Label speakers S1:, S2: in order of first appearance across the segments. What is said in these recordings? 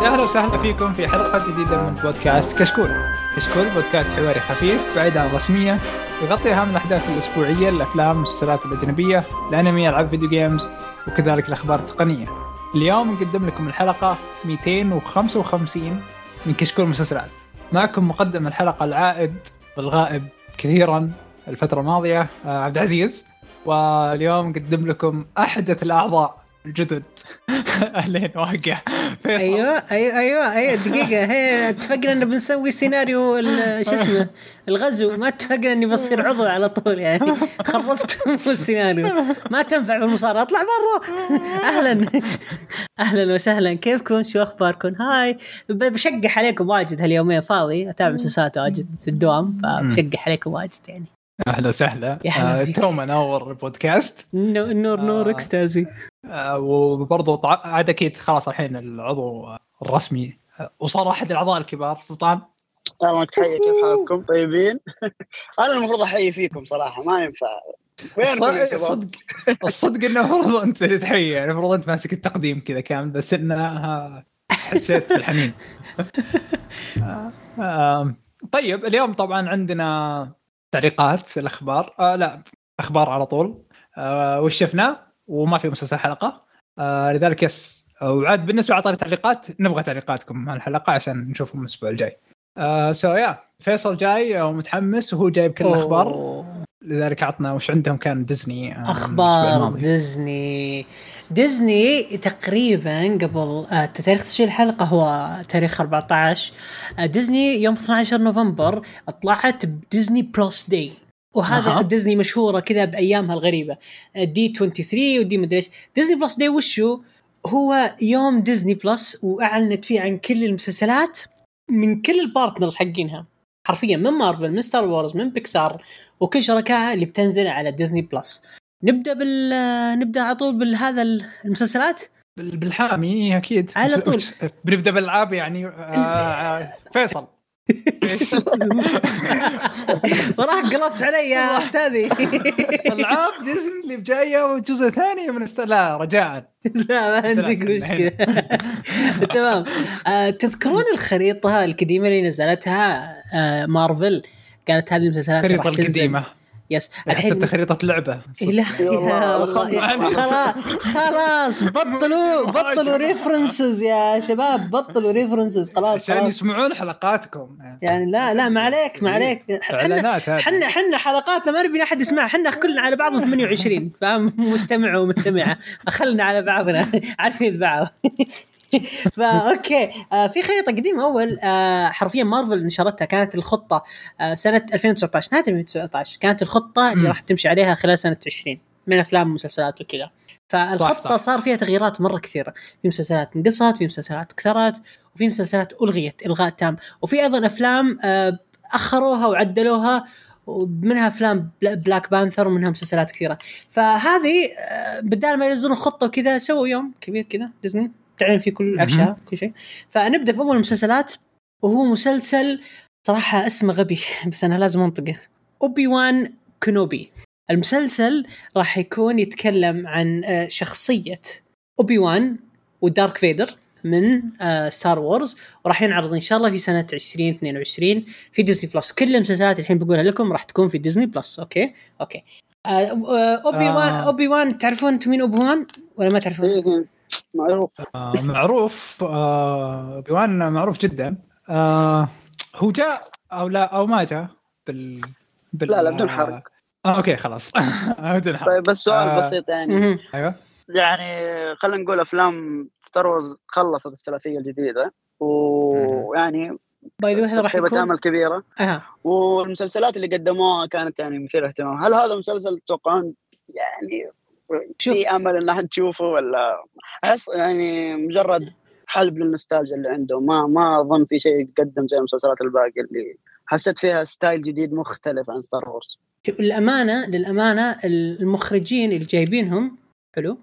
S1: أهلا وسهلا فيكم في حلقة جديدة من بودكاست كشكول. كشكول بودكاست حواري خفيف بعيد عن الرسمية، يغطي أهم الأحداث الأسبوعية، الأفلام والمسلسلات الأجنبية، الأنمي، ألعاب فيديو جيمز، وكذلك الأخبار التقنية. اليوم نقدم لكم الحلقة 255 من كشكول مسلسلات. معكم مقدم الحلقة العائد والغائب كثيرا الفترة الماضية عبد العزيز، واليوم نقدم لكم أحدث الأعضاء الجدد. أهلين واقع فيصل.
S2: ايوه دقيقه، هي اتفقنا انه بنسوي سيناريو شو اسمه الغزو، ما اتفقنا اني بصير عضو على طول، يعني خربت السيناريو، ما تنفع بالمصارعه، اطلع برا. اهلا وسهلا، كيفكم؟ شو اخباركم؟ هاي، بشقح عليكم واجد هاليومين، فاضي اتابع مسلسلات واجد في الدوام، فبشقح عليكم واجد يعني.
S1: أهلا وسهلا. توم نور بودكاست
S2: نور اكستازي.
S1: وبرضو عاد أكيد خلاص الحين العضو الرسمي وصار أحد الأعضاء الكبار سلطان.
S3: أهلا، تحية، كيف حالكم؟ طيبين؟ أنا المفروض أحيي فيكم صراحة، ما ينفع.
S1: الصدق إنه المفروض أنت تحيي، يعني المفروض أنت ماسك التقديم كذا كامل، بس إنه حسيت بالحنين. طيب اليوم طبعا عندنا تعليقات الأخبار، لا أخبار على طول، وش شفنا، وما في مسلسل حلقة، لذلك يس. وعاد بالنسبة لعطار التعليقات نبغى تعليقاتكم عن الحلقة عشان نشوفهم الأسبوع الجاي. سو فيصل جاي ومتحمس وهو جايب كل الأخبار، لذلك عطنا وش عندهم. كان ديزني
S2: أخبار ديزني تقريبا قبل تاريخ تسجيل الحلقة هو تاريخ 14. ديزني يوم 12 نوفمبر طلعت بديزني بلس داي، وهذا ديزني مشهورة كذا بأيامها الغريبة، دي 23 ودي مدريش. ديزني بلس داي وشو هو؟ يوم ديزني بلس، وأعلنت فيه عن كل المسلسلات من كل البارتنرز حقينها، حرفيا من مارفل، من ستار وورز، من بيكسار، وكل شركائها اللي بتنزل على ديزني بلس. نبدأ على طول بالهذا المسلسلات
S1: بالحامي أكيد
S2: على طول.
S1: بنبدأ بالألعاب يعني. فيصل
S2: وراح قلبت علي يا أستاذي.
S1: ألعاب ديزني اللي بجاية وجزء ثاني من لا رجاء.
S2: لا ما عندك مشكلة. تمام. تذكرون الخريطة القديمة اللي نزلتها مارفل؟ كانت هذه المسلسلات
S1: الخريطة القديمة.
S2: يس
S1: الحين خريطة لعبة.
S2: لا خلاص بطلوا ريفرنسز يا شباب، بطلوا ريفرنسز خلاص
S1: عشان يسمعون حلقاتكم
S2: يعني. لا ما عليك حنا حلقاتنا ما نبي أحد يسمع، حنا كلنا على بعض 28 فاهم، مستمع ومستمعة، أخلنا على بعضنا عارفين بعض. فأوكي، في خريطة قديمة أول حرفيا مارفل نشرتها، كانت الخطة سنة 2019، نهاية 2019 كانت الخطة اللي راح تمشي عليها خلال سنة 20 من أفلام ومسلسلات وكذا. فالخطة صار فيها تغييرات مرة كثيرة، في مسلسلات انقصت، في مسلسلات كثرت، وفي مسلسلات ألغيت إلغاء تام، وفي أيضا أفلام أخروها وعدلوها، ومنها أفلام بلاك بانثر، ومنها مسلسلات كثيرة. فهذه بدال ما ينزلون خطة وكذا سووا يوم كبير كذا ديزني تعلن فيه كل أفشاء كل شيء. فنبدأ بأول المسلسلات، وهو مسلسل صراحة اسمه غبي بس أنا لازم أنطقه، أوبي وان كنوبي. المسلسل راح يكون يتكلم عن شخصية أوبي وان ودارك فيدر من ستار وورز، وراح ينعرض إن شاء الله في سنة 2022 في ديزني بلس. كل المسلسلات الحين بقولها لكم راح تكون في ديزني بلس. أوكي أوبي وان تعرفون أنتم مين أوبي وان ولا ما تعرفون؟
S1: معروف. بيوان معروف جدا. هو جاء او لا او ما جاء
S3: لا بدون حرق.
S1: اوكي خلاص. بدون حرق.
S3: طيب بس سؤال بسيط يعني.
S1: ايوه
S3: يعني خلينا نقول افلام ستار وورز خلصت الثلاثيه الجديده، ويعني
S2: باي ذا راح يكون
S3: امل كبيره. والمسلسلات اللي قدموها كانت يعني مثيره اهتمام. هل هذا مسلسل تتوقعون يعني في امل ان احد تشوفه، ولا احس يعني مجرد حلب للنوستالجيا اللي عنده؟ ما اظن في شيء يقدم زي المسلسلات الباقي اللي حسيت فيها ستايل جديد مختلف عن ستار وورز.
S2: للامانه المخرجين اللي جايبينهم حلو،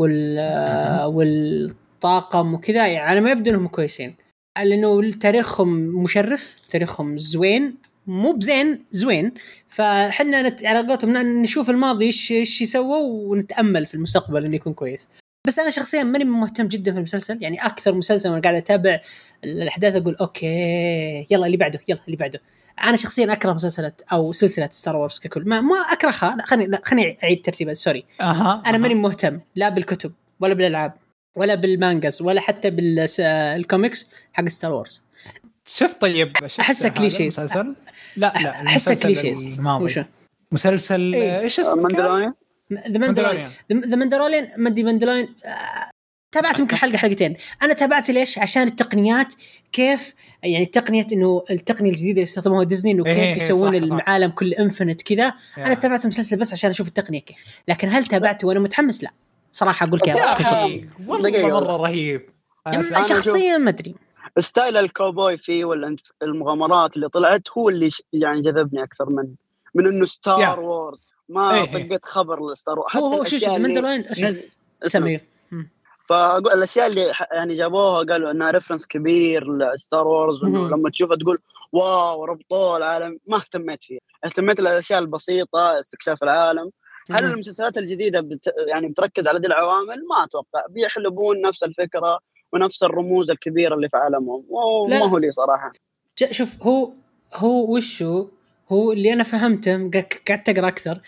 S2: والطاقم وكذا على ما يبدو انهم كويسين، لانه تاريخهم مشرف، تاريخهم زوين، مو بزين زوين. فحنا على قولتهم نشوف الماضي ايش يسووا ونتامل في المستقبل انه يكون كويس. بس انا شخصيا ماني مهتم جدا في المسلسل، يعني اكثر مسلسل وانا قاعد اتابع الاحداث اقول اوكي يلا اللي بعده يلا اللي بعده. انا شخصيا اكره مسلسلات او سلسله ستار وورز ككل، ما اكرهها، لا خليني اعيد ترتيبها سوري. انا ماني مهتم لا بالكتب ولا بالالعاب ولا بالمانجاز ولا حتى بالكوميكس حق ستار وورز.
S1: شوف طيب
S2: احسه كليشيز.
S1: لا
S2: احسه كليشيز.
S1: وشو مسلسل ايش اسمه
S3: ماندلوريان؟
S2: ذا ماندلوريان تابعت يمكن حلقة حلقتين. أنا تابعت ليش؟ عشان التقنيات كيف، يعني تقنية إنه التقنية الجديدة اللي استخدموها ديزني إنه كيف يسوون العالم كل إنفينيت كذا. أنا تابعت المسلسل بس عشان أشوف التقنية كيف، لكن هل تابعته وأنا متحمس؟ لا صراحة أقول كذا
S1: والله مرة رهيب.
S2: شخصيا ما أدري
S3: ستايل الكوبوي فيه ولا المغامرات اللي طلعت هو اللي يعني جذبني أكثر من إنه ستار وورز. ما طقت خبر الستار وورز.
S2: هو شو ماندلوريان اسمه.
S3: فأقول الأشياء اللي يعني جابوها قالوا إنها ريفرنس كبير لستار وورز، وإنه لما تشوفها تقول واو ربطوا العالم. ما اهتميت فيها، اهتميت للأشياء البسيطة، استكشاف العالم. هل المسلسلات الجديدة يعني بتركز على دي العوامل؟ ما أتوقع. بيحلبون نفس الفكرة ونفس الرموز الكبيرة اللي في عالمهم، وما هو لي صراحة.
S2: شوف هو وشو هو اللي أنا فهمته، قعدت أقرأ أكثر.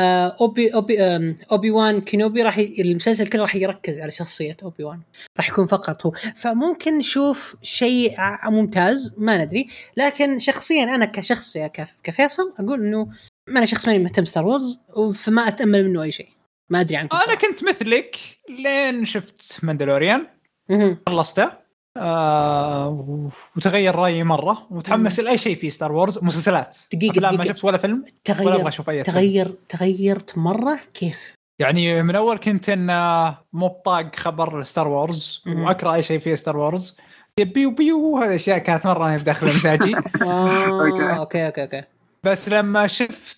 S2: أوبي وان كينوبي المسلسل كله راح يركز على شخصية أوبي وان، راح يكون فقط هو. فممكن نشوف شيء ممتاز ما ندري. لكن شخصيا أنا كشخصية كفيصل أقول إنه أنا شخص ماني مهتم ستار وورز، فما أتأمل منه أي شيء. ما أدري عنكم.
S1: أنا كنت مثلك لين شفت ماندلوريان خلصته وتغير رأيي مرة، ومتحمس لأي شيء في ستار وورز. مسلسلات
S2: دقيقة
S1: ما شفت ولا فيلم ولا أبغى أشوف أي
S2: تغيرت مرة. كيف
S1: يعني؟ من أول كنت إن مو بطاق خبر ستار وورز وأقرأ أي شيء فيه ستار وورز، بيو هذه الأشياء كانت مرة داخل مزاجي.
S2: أوكي.
S1: بس لما شفت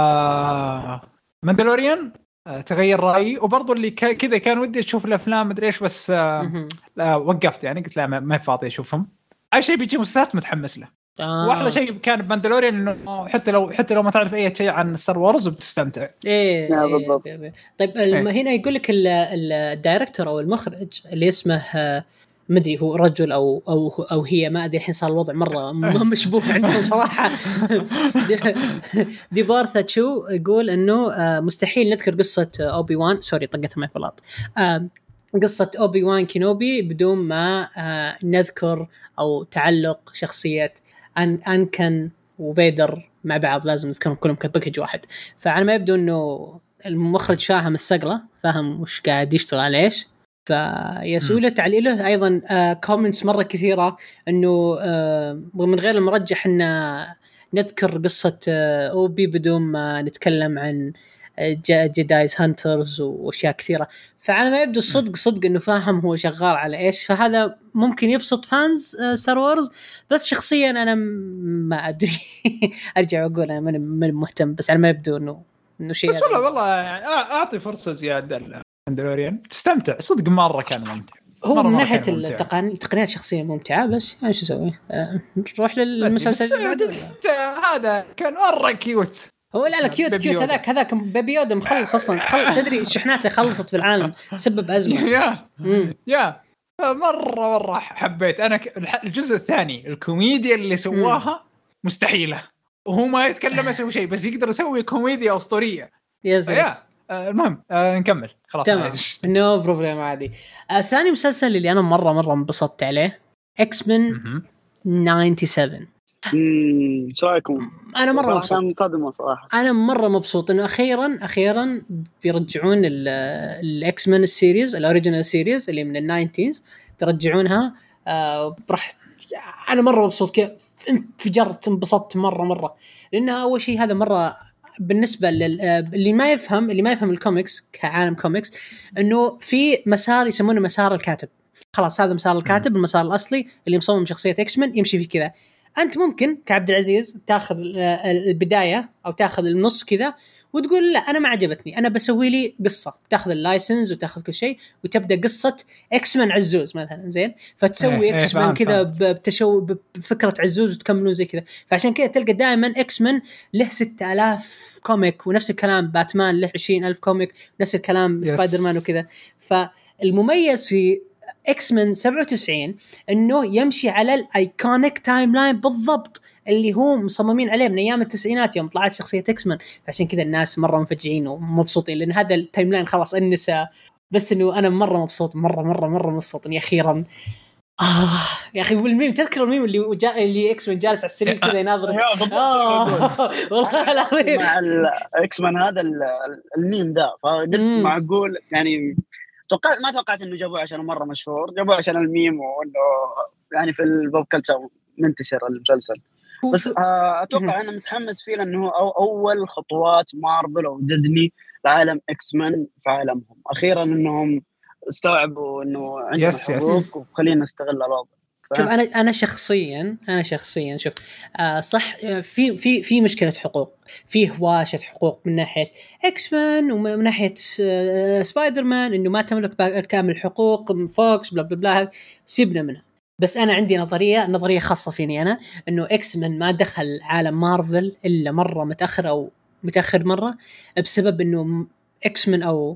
S1: ماندلوريان تغير رأيي. وبرضو اللي كذا كان ودي أشوف الأفلام مدري إيش، بس لا وقفت يعني، قلت لا ما فاضي أشوفهم. أي شيء بيجي مسلسلات متحمس له. وأحلى شيء كان بماندلوريان إنه حتى لو ما تعرف أي شيء عن ستار وورز بتستمتع.
S2: طيب هنا يقول لك الدايركتور أو المخرج اللي اسمه مدري هو رجل أو هي، ما أدري الحين صار الوضع مرة مشبوه عندهم صراحة. دي بارثا تشو يقول إنه مستحيل نذكر قصة أوبي وان، سوري طقتها ما يبلط، قصة أوبي وان كينوبي بدون ما نذكر أو تعلق شخصية أنكن وفيدر مع بعض. لازم نذكرهم كلهم كباكج واحد. فعلى ما يبدو إنه المخرج فاهم السقلة، فاهم وش قاعد يشتغل على إيش. فيسوله تعليله أيضا كومنتس مرة كثيرة إنه من غير المرجح إن نذكر قصة أوبي بدون ما نتكلم عن جيدايز هانترز وأشياء كثيرة. فعلى ما يبدو صدق إنه فاهم هو شغال على إيش. فهذا ممكن يبسط فانز ستار وورز، بس شخصيا أنا ما أدري. أرجع أقول أنا من مهتم، بس على ما يبدو إنه شيء.
S1: بس والله أعطي فرصة زيادة ماندلوريان، تستمتع صدق مرة. كان ممتع
S2: هو من ناحية التقنيات شخصية ممتعة، بس يعني شو أسوي؟ نروح للمسلسل
S1: هذا كان مرة كيوت.
S2: هو لا كيوت هذاك بيبي يودا مخلص أصلا تدري الشحنات خلصت في العالم سبب أزمة.
S1: يا مرة حبيت أنا الجزء الثاني. الكوميديا اللي سواها مستحيلة، وهو ما يتكلم يسوي شيء، بس يقدر يسوي كوميديا أسطورية.
S2: يس.
S1: المهم نكمل خلاص.
S2: تمام نو بروبليم عادي. ثاني مسلسل اللي أنا مرة انبسطت عليه X-Men 97.
S3: ايش رايكم؟
S2: انا مره مبسوط.
S3: كان صدمه صراحه.
S2: انا مره مبسوط انه اخيرا بيرجعون الاكس مان السيريز الاوريجينال سيريز اللي من الناينتيز، بيرجعونها. راح انا مره مبسوط كيف انفجرت انبسطت مره لانها اول شيء هذا مره بالنسبه اللي ما يفهم الكوميكس كعالم كوميكس، انه في مسار يسمونه مسار الكاتب. خلاص هذا مسار الكاتب، المسار الاصلي اللي مصمم شخصيه اكس مان يمشي فيه كذا. أنت ممكن كعبد العزيز تأخذ البداية أو تأخذ النص كذا وتقول لا أنا ما عجبتني، أنا بسوي لي قصة، تأخذ اللايسنس وتأخذ كل شيء وتبدأ قصة إكسمان عزوز مثلا، زين، فتسوي إكسمان كذا بفكرة عزوز وتكملون زي كذا. فعشان كذا تلقى دائما إكسمان له 6000 كوميك، ونفس الكلام باتمان له 20,000 كوميك، نفس الكلام سبايدر مان وكذا. المميز في اكس مان 97 انه يمشي على الايكونيك تايم لاين بالضبط اللي هو مصممين عليه من ايام التسعينات يوم طلعت شخصيه اكس مان. عشان كذا الناس مره مفجعين ومبسوطين لان هذا التايم لاين خلاص انسى. بس انه انا مره مبسوط مره مبسوط اني اخيرا يا اخي بالميم تذكر الميم اللي اكس مان جالس على السرير كذا يناظر
S3: والله العظيم مع الاكس مان هذا الميم ذا فقلت معقول يعني ما توقعت انه جابوه عشان مره مشهور جابوه عشان الميم وانه يعني في البوب كلتشر منتشر المسلسل بس اتوقع انا متحمس فيه لانه هو اول خطوات مارفل او ديزني لعالم اكس مان في عالمهم اخيرا انهم استوعبوا انه عندنا حقوق وخلينا نستغل الوضع.
S2: شوف انا شخصيا شوف صح في مشكله حقوق في هواشه حقوق من ناحيه اكس مان ومن ناحيه سبايدر مان انه ما تملك كامل الحقوق فوكس بلا بلا بلا سيبنا منها. بس انا عندي نظريه خاصه فيني انا انه اكس مان ما دخل عالم مارفل الا مره متاخر مره بسبب انه اكس مان او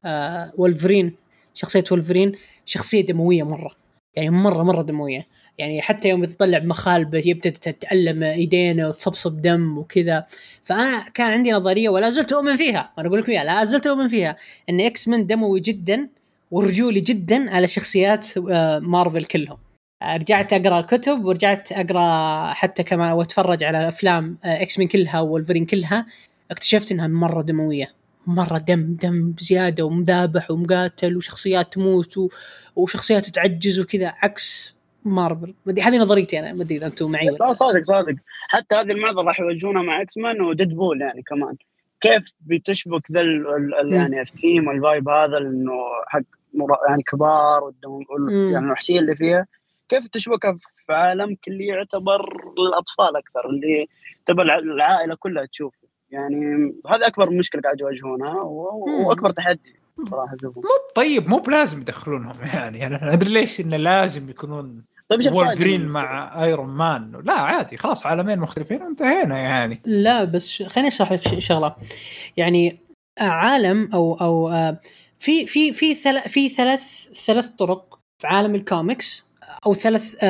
S2: وولفرين شخصيه وولفرين شخصيه دمويه مره يعني مره دمويه يعني حتى يوم يتطلع بمخالبه يبدا تتألم ايدينه وتصبصب دم وكذا. فانا كان عندي نظريه ولا زلت اؤمن فيها وانا اقول لكم لا زلت اؤمن فيها ان اكس مان دموي جدا ورجولي جدا على شخصيات مارفل كلهم. رجعت اقرا الكتب ورجعت اقرا حتى كمان واتفرج على افلام اكس مان كلها وولفرين كلها اكتشفت انها مره دمويه مرة دم زيادة ومذابح ومقاتل وشخصيات تموت وشخصيات تعجز وكذا عكس مارفل. هذه نظريتي أنا ما أدري إذا أنتم معي
S3: لا صادق حتى هذه المعضلة راح يواجهونها مع إكس مان وديدبول يعني كمان كيف بتشبك ذا يعني الثيم والفايب هذا إنه حق يعني كبار يعني الوحشية اللي فيها كيف تشبكها في عالم اللي يعتبر للأطفال أكثر اللي تبى العائلة كلها تشوف يعني هذا أكبر مشكلة قاعد يواجهونها وأكبر تحدي صراحة.
S1: طيب مو بلازم يدخلونهم يعني أنا أدري ليش إنه لازم يكونون وولفرين مع ايرون مان. لا عادي خلاص عالمين مختلفين وانتهينا يعني.
S2: لا بس خليني اشرح لك شغله يعني عالم او في ثلاث طرق في عالم الكوميكس او ثلاث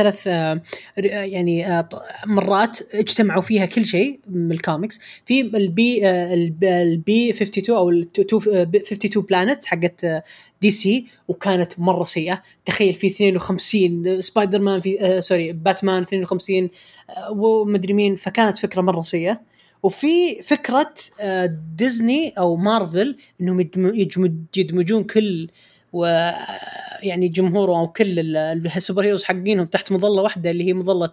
S2: مرات اجتمعوا فيها كل شيء من الكوميكس. في البي 52 او 52 بلانت حقت دي سي وكانت مره سيئه. تخيل في 52 سبايدر مان في باتمان 52 ومدري مين فكانت فكره مره سيئه. وفي فكره ديزني او مارفل انهم يدمجون كل ويعني جمهوره او كل السوبر هيروز حقينهم تحت مظله واحده اللي هي مظله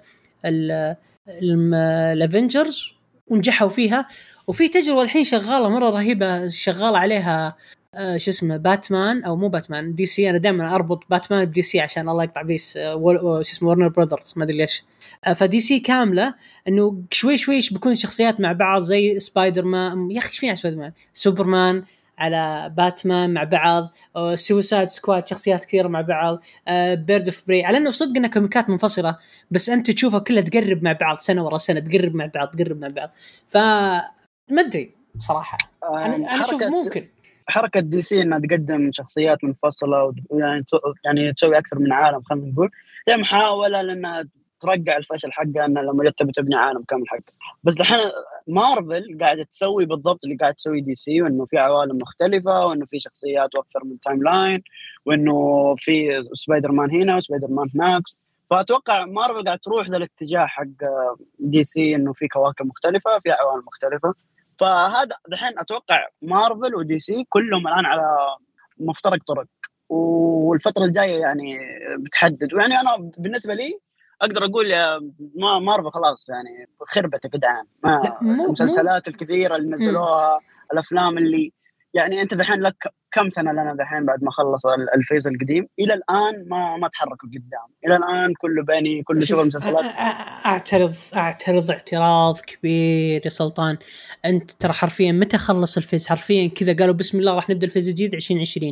S2: الافنجرز ونجحوا فيها. وفي تجربه الحين شغاله مره رهيبه شغاله عليها شو اسمه باتمان او مو باتمان دي سي. انا دائما اربط باتمان بدي سي عشان الله يقطع بيس شو اسمه ورنر براذرز ما ادري ليش. فدي سي كامله انه شوي بيكون شخصيات مع بعض زي سبايدر مان يا اخي ايش فيها سبايدر مان سوبرمان على باتمان مع بعض سويسايد سكواد شخصيات كثيره مع بعض بيرد اوف بري على انه صدق انها كوميكات منفصله بس انت تشوفها كلها تقرب مع بعض سنه ورا سنه تقرب مع بعض فما ادري صراحه انا اشوف ممكن
S3: حركه دي سي انها تقدم شخصيات منفصله يعني تسوي اكثر من عالم خلينا نقول هي محاوله لانها ترجع الفشل حقها انها لما جت تبني عالم كامل حقها. بس الحين مارفل قاعده تسوي بالضبط اللي قاعد تسوي دي سي وانه في عوالم مختلفه وانه في شخصيات واكثر من تايم لاين وانه في سبايدر مان هنا وسبايدر مان هناك. فاتوقع مارفل قاعد تروح ذا الاتجاه حق دي سي انه في كواكب مختلفه في عوالم مختلفه. فهذا الحين اتوقع مارفل ودي سي كلهم الان على مفترق طرق والفتره الجايه يعني بتحدد. يعني انا بالنسبه لي اقدر اقول يا مارفل خلاص يعني خربت يا جدعان المسلسلات الكثيره اللي نزلوها الافلام اللي يعني انت دحين لك كم سنه لنا دحين بعد ما خلص الفيز القديم الى الان ما تحركوا قدام الى الان كله باني كله شغل مسلسلات.
S2: اعترض اعتراض كبير يا سلطان. انت ترى حرفيا متى خلص الفيز حرفيا كذا قالوا بسم الله راح نبدا الفيز الجديد 2020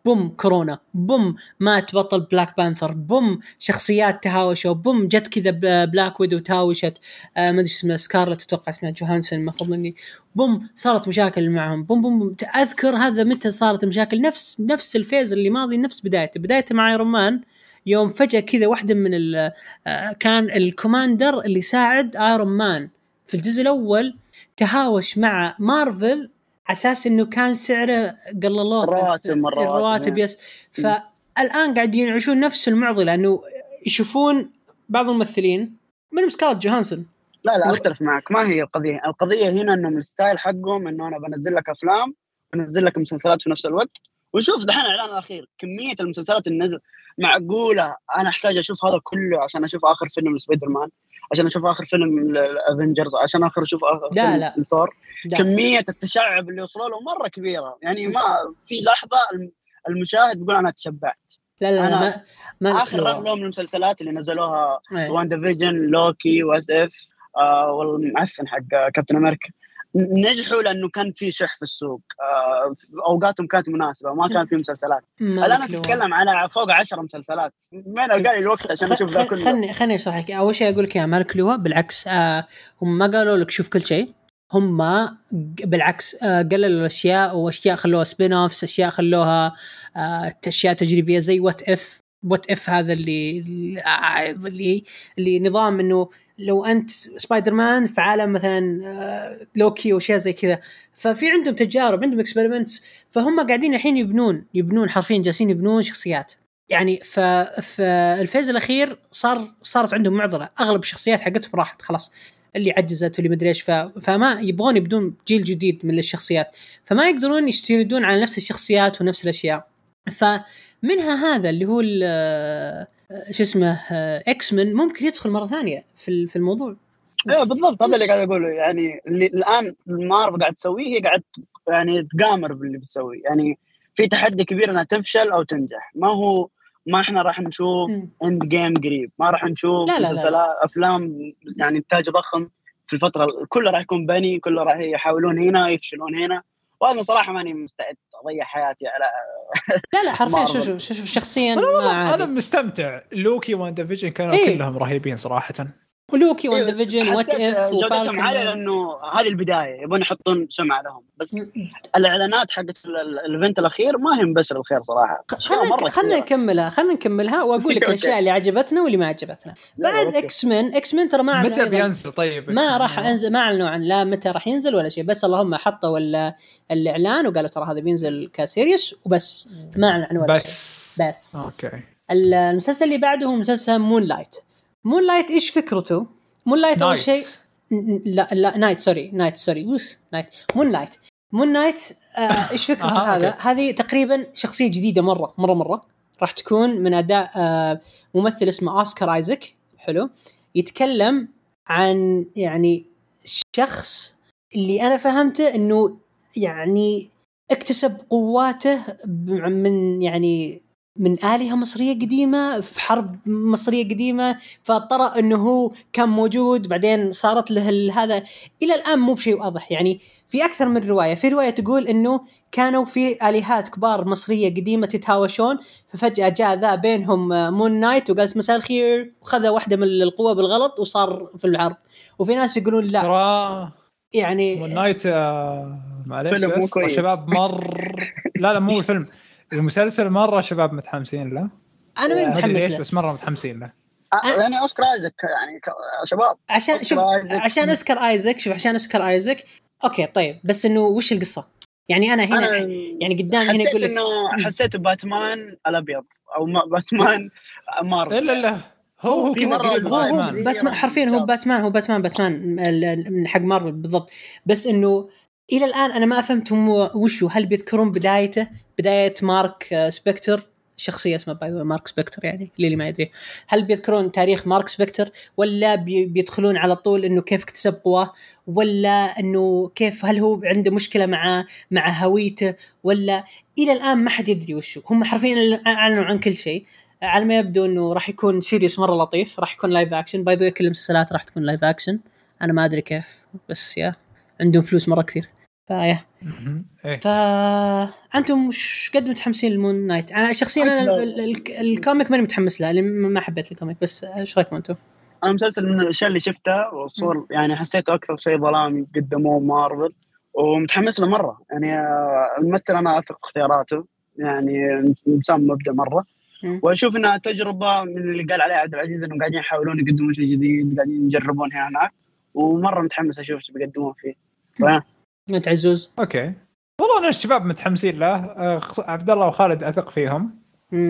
S2: بوم كورونا، بوم مات بطل بلاك بانثر، بوم شخصيات تهاوشوا، بوم جت كذا بلاك ويدو تهاوشت، ما ادري اسمها سكارلت اتوقع اسمها جوهانسون ما خاب مني، بوم صارت مشاكل معهم، بوم بوم. اذكر هذا متى صارت مشاكل، نفس الفيز اللي ماضي، نفس بدايته مع ايرون مان، يوم فجأة كذا واحدة من كان الكوماندر اللي ساعد ايرون مان في الجزء الأول تهاوش مع مارفل أساس إنه كان سعره قللوه الرواتب يس. فالآن قاعدين يعيشون نفس المعضلة، إنه يشوفون بعض الممثلين من سكارلت جوهانسون.
S3: لا أختلف معك، ما هي القضية هنا إنه الستايل حقهم إنه أنا بنزل لك أفلام بنزل لك مسلسلات في نفس الوقت. وشوف دحين الإعلان الأخير كمية المسلسلات النزل معقولة أنا أحتاج أشوف هذا كله عشان أشوف آخر فيلم سبايدر مان، عشان أشوف آخر فيلم الأفنجرز، عشان أشوف آخر فيلم الثور. كمية التشعب اللي وصلوا له مرة كبيرة، يعني ما في لحظة المشاهد بيقول أنا تشبعت.
S2: لا
S3: أنا ما آخر رقم لهم المسلسلات اللي نزلوها واندا فيجن، لوكي، وات إف، والمعفن حق كابتن أمريكا، نجحوا لأنه كان في شح في السوق، أوقاتهم كانت مناسبة وما كان في مسلسلات. الآن تتكلم على فوق 10 مسلسلات، من ألقى الوقت عشان أشوف ذا كله؟
S2: خلني أشرح لك. أول شيء أقول لك يا مالك لوا بالعكس، هم ما قالوا لك شوف كل شيء، هم بالعكس قللوا الأشياء، وأشياء خلوها سبين أوفس، أشياء خلوها أشياء تجريبية زي وات إف هذا اللي نظام إنه لو أنت سبايدر مان في عالم مثلا لوكي وشيء زي كذا، ففي عندهم تجارب، عندهم اكسبيرمنتس، فهم قاعدين الحين يبنون حرفيا جالسين يبنون شخصيات. يعني فالفيز الأخير صارت عندهم معضلة، أغلب الشخصيات حقتهم راحت خلاص، اللي عجزت واللي مدري ايش، فما يبغون يبدون جيل جديد من الشخصيات، فما يقدرون يستندون على نفس الشخصيات ونفس الأشياء. فمنها هذا اللي هو شو اسمه اكس من ممكن يدخل مرة ثانية في الموضوع.
S3: ايوه بالضبط، هذا اللي قاعد اقوله. يعني اللي الان مارفل قاعد تسويه، هي قاعد يعني تقامر باللي بتسويه، يعني في تحدي كبير انها تفشل او تنجح. ما احنا راح نشوف اند جيم قريب، ما راح نشوف مسلسلات افلام يعني انتاج ضخم في الفتره كلها، راح يكون بني كله راح يحاولون هنا يفشلون هنا. وانا صراحه ماني مستعد اضيع حياتي على
S2: لا حرفيا شوف شخصيا
S1: انا مستمتع. لوكي واندا فيجن كانوا كلهم رهيبين صراحه.
S2: ولوكي واندا فيجن وات اف
S3: وفالكون عالية، لانه هذه البدايه يبون يحطون سمعه لهم. بس الاعلانات حقت الايفنت الاخير ما هم بس الخير صراحه.
S2: خلنا نكملها واقول لك الاشياء اللي عجبتنا واللي ما عجبتنا. بعد اكس من ترى ما
S1: متى بينزل؟ طيب
S2: ما راح انزل، ما اعلنوا عن لا متى راح ينزل ولا شيء، بس اللهم حطوا الاعلان وقالوا ترى هذا بينزل كسيريس وبس، ما اعلنوا عن ولا شيء بس.
S1: اوكي.
S2: المسلسل اللي بعده هو مسلسل مون لايت. ايش فكرته؟ مون لايت اول شيء لا نايت سوري مون لايت ايش فكرته؟ هذه تقريبا شخصيه جديده مره راح تكون من اداء ممثل اسمه اوسكار ايزاك. حلو. يتكلم عن يعني شخص اللي انا فهمته انه يعني اكتسب قواته من آلهة مصرية قديمة في حرب مصرية قديمة، فاضطر أنه هو كان موجود بعدين صارت له هذا. إلى الآن مو بشيء واضح، يعني في أكثر من رواية. في رواية تقول أنه كانوا في آلهات كبار مصرية قديمة تتهاوشون، ففجأة جاء ذا بينهم مون نايت وقال مساء الخير وخذ واحدة من القوة بالغلط وصار في الحرب. وفي ناس يقولون لا يعني
S1: مون نايت معليش شباب لا مو الفيلم، المسلسل مرة شباب متحمسين له.
S2: أنا من متحمس له
S1: بس مرة متحمسين له.
S3: يعني أوسكار آيزاك يعني شباب
S2: عشان أوسكار آيزاك أوكي طيب. بس إنه وش القصة؟ يعني أنا هنا يعني قدام هنا يقول لك
S3: إنه حسيت باتمان الأبيض أو باتمان مارفل.
S1: لا هو
S2: باتمان حرفيا، هو باتمان حق مارفل بالضبط. بس إنه إلى الآن أنا ما فهمت هم وشو. هل بيذكرون بداية مارك سبكتر، شخصية اسمها مارك سبكتر يعني اللي ما يدري، هل بيذكرون تاريخ مارك سبكتر، ولا بيدخلون على طول إنه كيف اكتسب قوة، ولا إنه كيف هل هو عنده مشكلة مع هويته، ولا إلى الآن ما حد يدري وشو. هم حرفيا أعلنوا عن كل شيء. على ما يبدو إنه راح يكون سيريس مرة لطيف، راح يكون لايف أكشن. باي ذا واي كل المسلسلات راح تكون لايف أكشن، أنا ما أدري كيف، بس عندهم فلوس مرة كثير. فأنتم مش قد متحمسين لمون نايت؟ أنا شخصيا أنا الكوميك ماني متحمس له، ما حبيت الكوميك، بس إيش رأيكم أنتم؟
S3: أنا مسلسل من الأشياء اللي شفتها والصور يعني حسيته أكثر شيء ظلامي قدموه مارفل، ومتحمس له مرة يعني. الممثل أنا أثق اختياراته يعني، إنسان مبدع مرة. وأشوف إنها تجربة من اللي قال عليها عبد العزيز إنه قاعدين يحاولون يقدمون شيء جديد، قاعدين يجربون هنا هناك، ومرة متحمس أشوف شو بيقدمون فيه.
S2: أنت عزوز؟
S1: أوكي والله أنا الشباب متحمسين له. عبد الله وخالد أثق فيهم.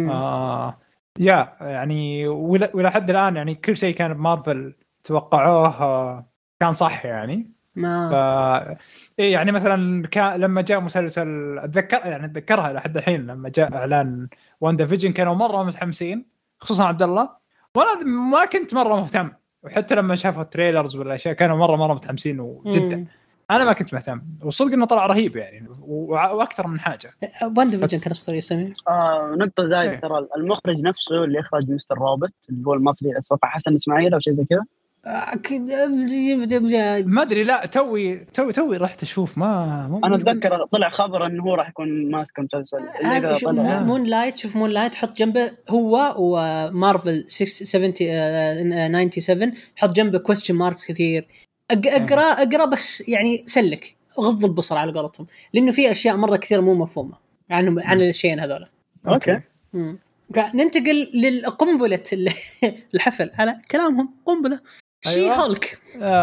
S1: يعني ولا حد الآن يعني كل شيء كان بمارفل توقعوه كان صح يعني. إيه يعني مثلا لما جاء مسلسل أتذكرها لحد الحين لما جاء إعلان واندا فيجن كانوا مرة متحمسين، خصوصا عبد الله، وأنا ما كنت مرة مهتم، وحتى لما شافوا التريلرز ولا أشياء كانوا مرة متحمسين وجدا. أنا ما كنت مهتم، والصدق إنه طلع رهيب يعني وأكثر من حاجة.
S2: واندا فيجن كان أسطوري سمير.
S3: نقطة زايدة ترى المخرج نفسه اللي إخرج مستر روبوت اللي هو المصري أتوقع حسن إسماعيل أو شيء زي كذا.
S1: ما أدري، لا توي رحت أشوف ما
S3: أنا أتذكر طلع خبر إنه هو راح يكون ماسك مسلسل
S2: مون لايت. شوف مون لايت، حط جنبه هو ومارفل 97 حط جنبه question marks كثير. أقرأ بس يعني سلك غض البصر على قولتهم، لأنه في أشياء مرة كثير مو مفهومة عن الشيئين هذولا.
S3: أوكي.
S2: ننتقل للقنبلة الحفل على كلامهم. قنبلة شي هولك.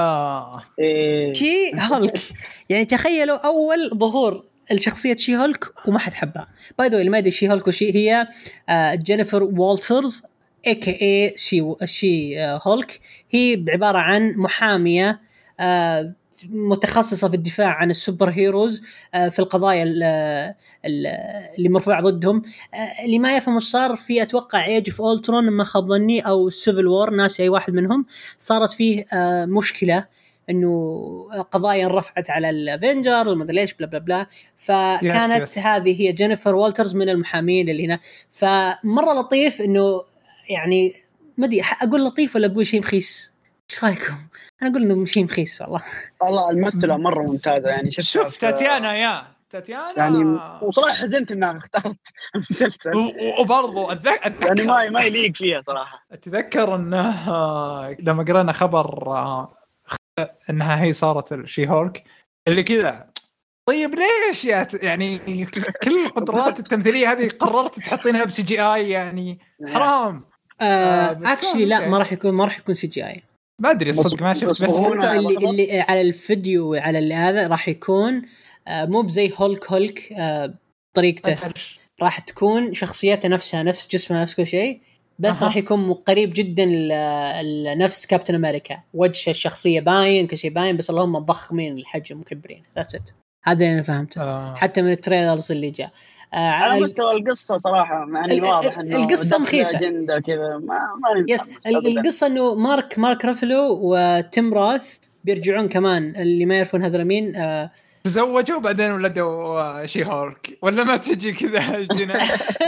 S2: شي هولك يعني تخيلوا أول ظهور الشخصية شي هولك وما حد حبها. باي ذا واي اللي ما يدري شي هولك وشي هي جينيفر والترز AKA شي هولك. هي عبارة عن محامية متخصصة في الدفاع عن السوبر هيروز في القضايا اللي مرفوع ضدهم. اللي ما يفهم وش صار في أتوقع ايج اوف اولترون ما خاب ظني أو سيفل وور، ناسي أي واحد منهم، صارت فيه مشكلة إنه قضايا رفعت على الافنجرز وما ادري ليش بلا بلا بلا. فكانت هذه هي جينيفر والترز من المحامين اللي هنا. فمرة لطيف إنه يعني ما ادري اقول لطيف ولا اقول شيء مخيس، ايش رايكم؟ انا اقول انه شيء مخيس. والله
S3: الممثله مره ممتازه يعني.
S1: شوف تاتيانا
S3: يعني وصراحه حزنت انها اختارت المسلسل
S1: وبرضه أتذكر
S3: يعني ما يليق فيها صراحه.
S1: اتذكر انه لما قرأنا خبر انها هي صارت الشي هولك اللي كذا، طيب ليش يعني كل القدرات التمثيليه هذه قررت تحطينها بسي جي اي يعني حرام.
S2: اكشلي لا ما راح يكون سي جي اي.
S1: ما ادري الصدق ما شفت، بس
S2: اللي على الفيديو على هذا راح يكون مو بزي هولك طريقته، راح تكون شخصيته نفسها نفس جسمها نفس كل شيء، بس راح يكون قريب جدا لنفس كابتن امريكا. وجه الشخصيه باين كل شيء باين، بس اللهم مضخمين الحجم مكبرين. ذاتس ات. هذا اللي انا فهمته حتى من التريلرز اللي جاء.
S3: على مستوى القصة صراحة يعني واضح إنه
S2: القصة مخيسة
S3: أجندة كذا ما
S2: القصة إنه مارك رافلو وتيم راث بيرجعون كمان. اللي ما يعرفون هذول مين
S1: تزوجوا بعدين ولدوا شي هولك ولا ما تجي كذا جنان.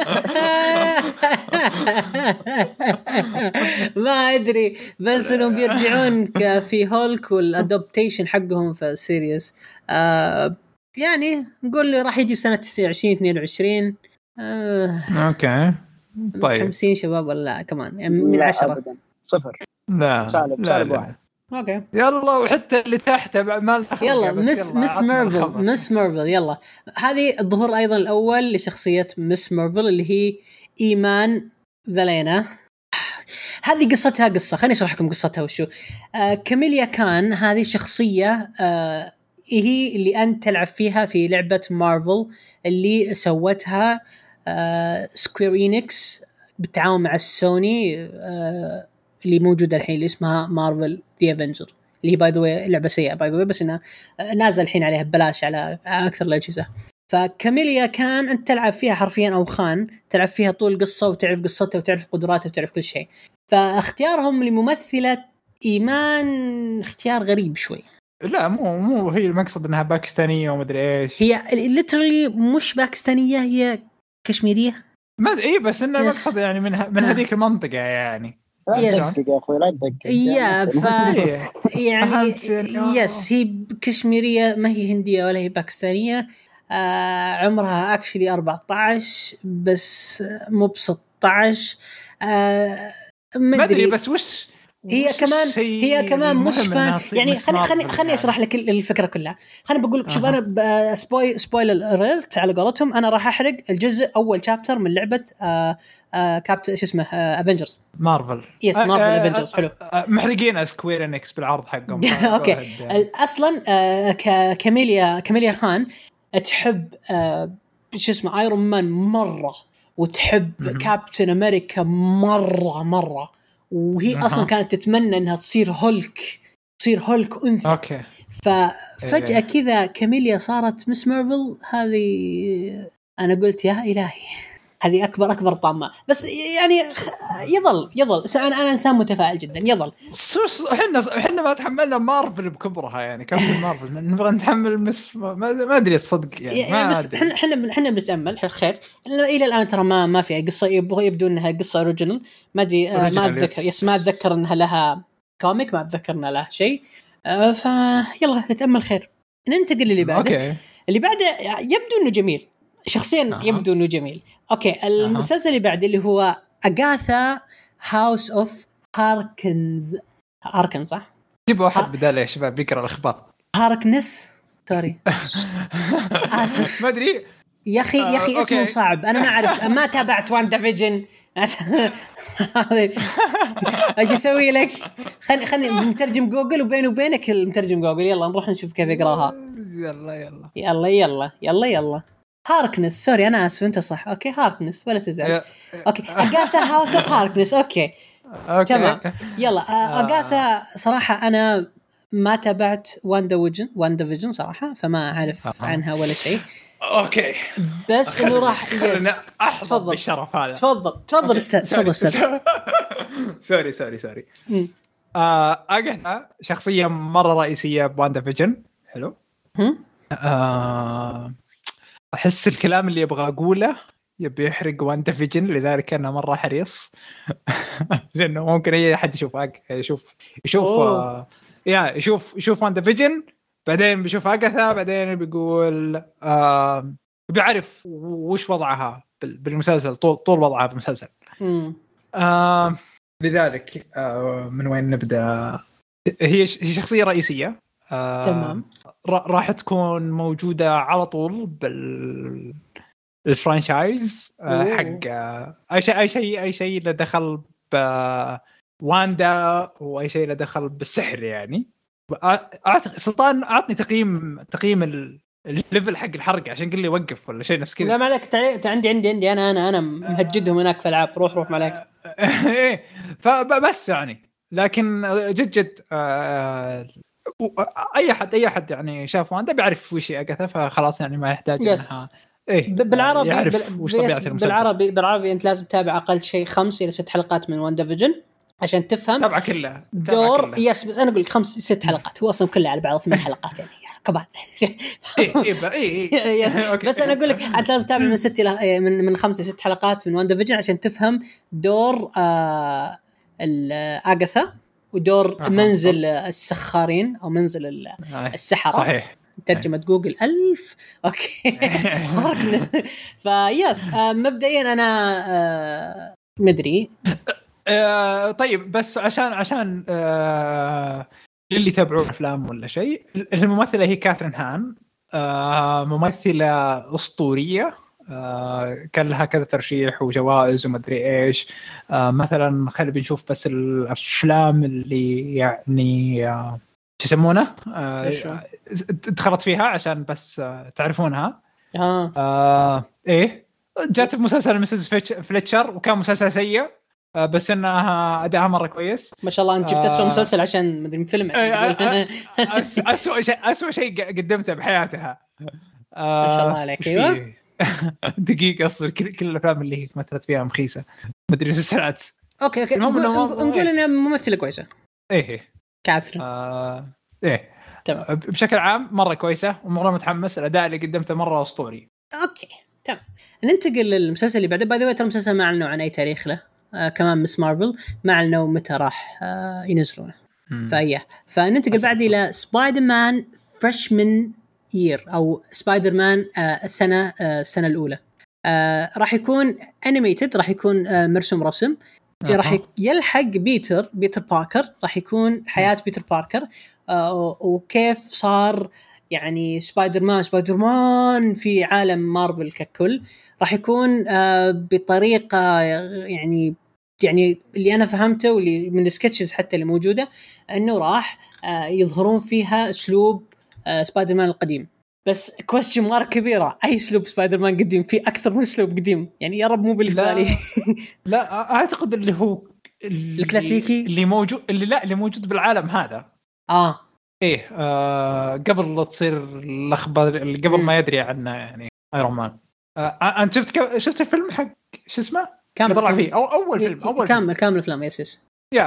S2: ما أدري، بس إنهم بيرجعون في هولك والأدوبتيشن حقهم في سيريس. يعني نقول له راح يجي سنة 2022.
S1: أوكي طيب
S2: 50 شباب ولا كمان يعني من 10
S3: صفر.
S1: لا
S3: سالب واحد.
S2: اوكي
S1: يلا وحتى اللي تحت ما
S2: يلا مس مارفل يلا. هذه الظهور ايضا الاول لشخصيه مس مارفل اللي هي ايمان فالينا. هذه قصتها قصه، خليني اشرح لكم قصتها وشو. كاميليا كان هذه شخصيه هي اللي انت تلعب فيها في لعبه مارفل اللي سوتها سكوير إينكس بالتعاون مع السوني اللي موجودة الحين اللي اسمها مارفل ذا أفنجر، اللي هي باي ذا واي لعبة سيئة باي ذا واي، بس إنها نازل الحين عليها ببلاش على أكثر الأجهزة. فكاميليا كان أنت تلعب فيها حرفيا أو خان تلعب فيها طول القصة وتعرف قصتها وتعرف قدراتها وتعرف كل شيء. فاختيارهم لممثلة إيمان اختيار غريب شوي.
S1: لا مو هي المقصد إنها باكستانية وما أدري إيش.
S2: هي literally مش باكستانية، هي كشميرية.
S1: ما إيه بس إنه مقصد يعني من هذيك المنطقة يعني.
S3: لا تدقق يا اخوي لا تدقق
S2: يعني يس هي كشميريه ما هي هنديه ولا هي باكستانيه. عمرها اكشلي 14 بس مو ب 16.
S1: ما ادري بس وش
S2: هي كمان مش فان يعني. خليني اشرح لك الفكره كلها. خليني بقول لك شوف انا سبويلر اليرت على قولتهم. انا راح احرق الجزء اول شابتر من لعبه كابت شو اسمه افنجرز
S1: مارفل.
S2: يس مارفل افنجرز. حلو
S1: محرقين سكوير انكس بالعرض حقهم.
S2: اوكي اصلا كاميليا خان تحب شو اسمه ايرون مان مره وتحب كابتن امريكا مره وهي اصلا كانت تتمنى انها تصير هولك انثى.
S1: اوكي
S2: ففجأة كذا كاميليا صارت مس مارفل. هذه انا قلت يا الهي هذه اكبر طامه. بس يعني يظل انا انسان متفائل جدا. يظل
S1: احنا ما تحملنا مارفل بكبرها يعني كابتن مارفل نبغى نتحمل ما ادري الصدق يعني
S2: بس احنا بنتامل خير. الى الان ترى ما في قصه يبدو انها قصه اوريجينال. ما ادري ما اتذكر ما اتذكر انها لها كوميك. ما اتذكر انها لها شيء. فيلا نتامل خير. ننتقل اللي بعده. اللي بعده يبدو انه جميل شخصيا. يبدو انه جميل. اوكي المسلسل اللي بعد اللي هو اغاثا هاوس اوف هاركنز صح؟
S1: جيب واحد بداله يا شباب بيقرا الاخبار.
S2: هاركنس سوري اسف
S1: ما ادري
S2: يا اخي اسمه صعب. انا ما اعرف ما تابعت وان ديفيجن. ايش اسوي لك؟ خلني مترجم جوجل وبيني وبينك المترجم جوجل. يلا نروح نشوف كيف يقراها. يلا هاركنس. سوري انا اسف انت صح. اوكي هاركنس ولا تزعل. اوكي اغاثا هاوس اوف هاركنس. اوكي تمام يلا. اغاثا صراحه انا ما تابعت وان ديفيجن صراحه فما اعرف عنها ولا شيء.
S1: اوكي
S2: بس انه راح
S1: تفضل بالشرف هذا.
S2: تفضل استاذ
S1: سوري اغاثا شخصيه مره رئيسيه بوان ديفيجن. حلو. أحس الكلام اللي يبغى أقوله يبي يحرق وان ديفيجن لذلك أنا مرة حريص لأنه ممكن أي أحد يشوف وان ديفيجن بعدين بيشوف أغاثا بعدين بيقول بيعرف وش وضعها بالمسلسل طول وضعها بالمسلسل. لذلك من وين نبدأ؟ هي شخصية رئيسية.
S2: تمام.
S1: راح تكون موجودة على طول بالفرانشايز حق أي شيء له دخل بواندا وأي شيء له دخل بالسحر يعني. سلطان أعطني تقييم الليفل حق الحرق عشان قل لي وقف ولا شيء نفس كذا.
S2: لا مالك عندي أنا مهجدهم هناك في العاب. روح مالك.
S1: فبس يعني لكن جد اي حد يعني شاف واندا بيعرف وش هي اغاثا فخلاص يعني ما يحتاج انها
S2: بالعربي
S1: يعرف وش طبيعه المسلسل.
S2: بالعربي انت لازم تتابع اقل شيء 5 إلى 6 حلقات من وان ديفيجن عشان تفهم
S1: تابع كلها
S2: دور. يس بس انا اقول لك 5-6 حلقات هو اصلا كله على بعض 8 حلقات يعني كمان. بس انا اقول لك انت لازم تتابع من 6 الى من 5 إلى 6 حلقات من وان ديفيجن عشان تفهم دور اغاثا ودور منزل السخارين أو منزل السحرة.
S1: صحيح.
S2: ترجمة جوجل 1000. أوكي. فيس مبدئيا أنا مدري.
S1: طيب بس عشان اللي يتابعون أفلام ولا شيء الممثلة هي كاثرين هان. ممثلة أسطورية. كان لها كذا ترشيح وجوائز ومدري إيش. مثلا خلينا بنشوف بس الأفلام اللي يعني شو يسمونه دخلت فيها عشان بس تعرفونها. إيه جات بمسلسل مسز فليتشر وكان مسلسل سيء بس انها اداءها مره كويس
S2: ما شاء الله. انت جبت اسوء مسلسل عشان مدري من فيلم.
S1: اسوء شيء قدمته بحياتها.
S2: ما شاء الله عليك. ايوه
S1: دقيقه اصبر. كل الافلام اللي مثلت فيها مخيسه مدري مسلسلات.
S2: اوكي نقول انها ممثله كويسه.
S1: ايه
S2: كاثرين.
S1: ايه
S2: تمام.
S1: بشكل عام مره كويسه ومره متحمس. الاداء اللي قدمته مره اسطوري.
S2: اوكي تمام. ننتقل للمسلسل اللي بعده. باي ذا واي المسلسل ما اعلنوا عن اي تاريخ له. كمان مس مارفل ما اعلنوا متى راح ينزلونه. فننتقل بعد الى سبايدر مان فريشمان يير او سبايدر مان السنه الاولى. راح يكون انيميتد، راح يكون مرسوم رسم، راح يلحق بيتر باركر، راح يكون حياة بيتر باركر وكيف صار يعني سبايدر مان في عالم مارفل ككل. راح يكون بطريقة يعني اللي أنا فهمته واللي من السكتشز حتى اللي موجودة أنه راح يظهرون فيها أسلوب سبايدر مان القديم. بس كويستشن مارك كبيرة، أي أسلوب سبايدر مان قديم في أكثر من أسلوب قديم يعني يا رب مو بالفعلي.
S1: لا أعتقد اللي هو
S2: الكلاسيكي
S1: اللي موجود اللي موجود بالعالم هذا إيه قبل لا تصير الأخبار اللي قبل ما يدري عنه يعني ايرون مان. أنت شفت الفيلم حق شو اسمه كامل طلع فيه أول فيلم
S2: كامل الفيلم يس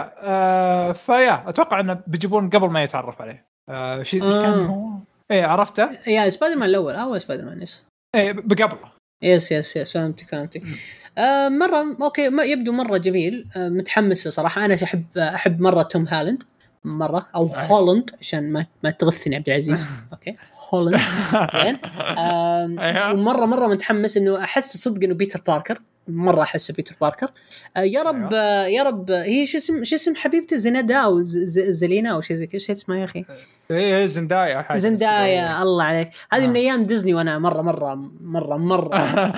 S1: فيا أتوقع أنه بيجيبون قبل ما يتعرف عليه شيء كان هو إيه عرفته
S2: يا سبايدر مان الأول أول سبايدر مان
S1: إيه بقبله
S2: يس فهمتك. مرة أوكي ما يبدو مرة جميل. متحمس صراحة. أنا أحب مرة توم هالاند مرة أو هولند عشان ما تغثني عبد العزيز. أوكي هولند زين. ومرة متحمس إنه أحس صدق إنه بيتر باركر مرة أحس بيتر باركر. يا رب هي شو اسم حبيبته زينادا أو زلينا أو شيء زي كذا. شو اسمها يا أخي؟
S1: إيه زندايا
S2: الله عليك. هذه من أيام ديزني وأنا مرة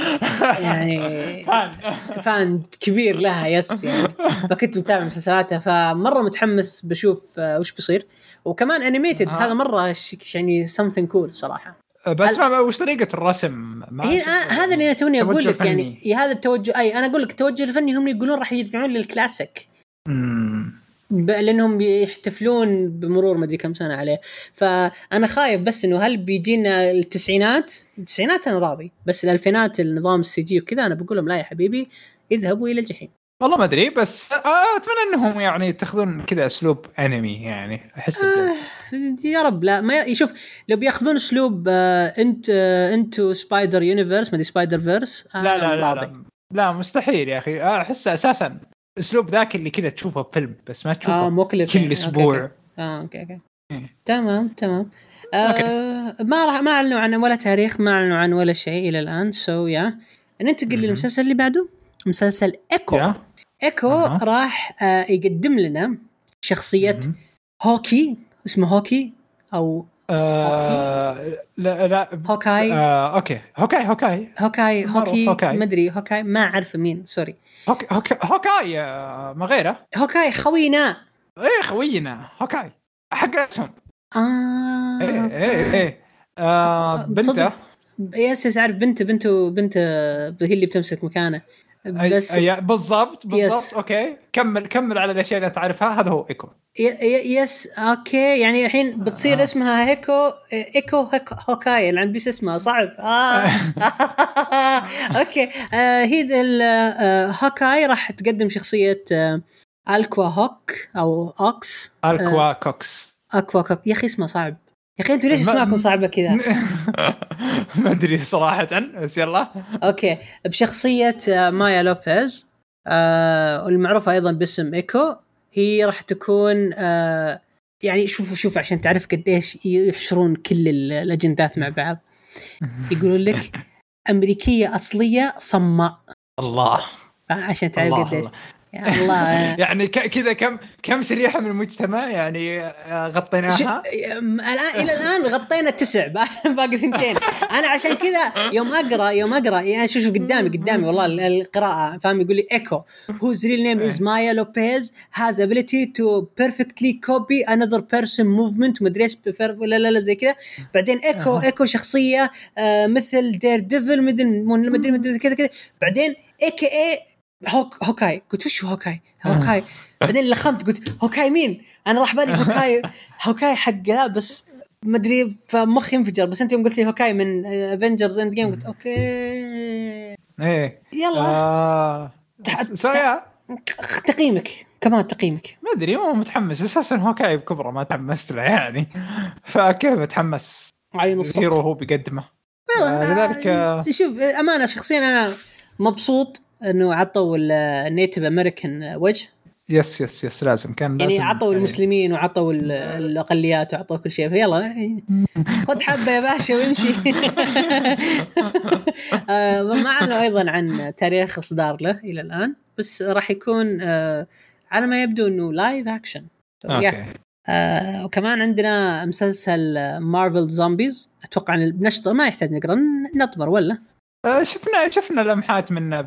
S2: يعني فان كبير لها يس يعني. فكنت متابع مسلسلاتها فمرة متحمس بشوف وش بيصير. وكمان أنيميتد هذا مرة يعني something cool صراحة.
S1: بس وش طريقة الرسم
S2: هذا اللي أنا توني أقول لك يعني هذا التوجه. أنا أقول لك التوجه الفني هم يقولون راح يرجعون للكلاسيك لأنهم يحتفلون بمرور ما أدري كم سنة عليه. فأنا خايف بس إنه هل بيجينا التسعينات أنا راضي بس الألفينات النظام السي جي وكذا أنا بقول لهم لا يا حبيبي اذهبوا إلى الجحيم.
S1: والله ما أدري بس أتمنى أنهم يعني يتخذون كذا أسلوب أنمي يعني أحس
S2: يا رب لا ما يشوف لو بياخذون أسلوب أنتو سبايدر يونيفرس ما دي سبايدر فيرس
S1: لا مستحيل يا أخي. أحس أساسا أسلوب ذاك اللي كذا تشوفه بفيلم بس ما تشوفه كل أسبوع.
S2: أوكي. تمام. ما أعلنوا عن ولا تاريخ ما أعلنوا عن ولا شيء إلى الآن. ننتقل للمسلسل اللي بعده مسلسل إيكو. راح يقدم لنا شخصية هوكي اسمه هوكي أو
S1: لا
S2: هوكاي.
S1: اوكي
S2: ما ادري هوكاي ما اعرف مين سوري.
S1: هوكاي ما غيره
S2: هوكاي خوينا
S1: هوكاي حق اسهم
S2: ايه
S1: بنته
S2: يس عارف بنت هي اللي بتمسك مكانه بس
S1: بالضبط اوكي كمل على الاشياء اللي تعرفها. هذا هو إيكو
S2: يس اوكي يعني الحين بتصير اسمها إيكو هوكاي اللي عند بيس اسمها صعب اوكي. هي هوكاي راح تقدم شخصية ألكوا هوك او اوكس
S1: ألكوا كوكس
S2: يا اخي اسمه صعب يا اخي. انتوا ليش اسمعكم صعبة كذا؟
S1: ما ادري صراحة بس يلا
S2: اوكي. بشخصية مايا لوبيز والمعروفة ايضا باسم إيكو. هي راح تكون يعني شوف عشان تعرف قديش يحشرون كل الأجندات مع بعض. يقولون لك أمريكية أصلية صماء الله عشان تعرف قديش يا الله
S1: يعني كذا كم شريحة من المجتمع يعني غطيناها
S2: إلى الآن غطينا 9 باقي 2. أنا عشان كذا يوم أقرأ يعني شوف قدامي والله القراءة فاهم. يقول لي إيكو whose real name is Maya Lopez has ability to perfectly copy another person movement مدريش لا زي كذا. بعدين إيكو شخصية مثل دير ديفل مدري كذا. بعدين AKA هوكاي. قلت وش هوكاي بعدين لخمت قلت هوكاي مين؟ انا راح بالي هوكاي حق لا بس ما ادري فمخي انفجر. بس انت يوم قلت لي هوكاي من افنجرز اند جيم قلت اوكي
S1: ايه
S2: يلا تقييمك ما
S1: ادري مو متحمس اساسا. هوكاي بكبره ما تحمست له يعني فكيف اتحمس هيرو هو بيقدمه.
S2: لذلك شوف امانه شخصيا انا مبسوط انه عطوا النيتيف امريكان وجه.
S1: يس لازم
S2: يعني عطوا المسلمين وعطوا الاقليات وعطوا كل شيء. فيلا خذ حبه يا باشا وامشي. ما اعلنوا ايضا عن تاريخ اصدار له الى الان، بس راح يكون على ما يبدو انه لايف اكشن. وكمان عندنا مسلسل مارفل زومبيز. اتوقع ان بنشطه ما يحتاج نقرا نطبر ولا
S1: شفنا لمحات منه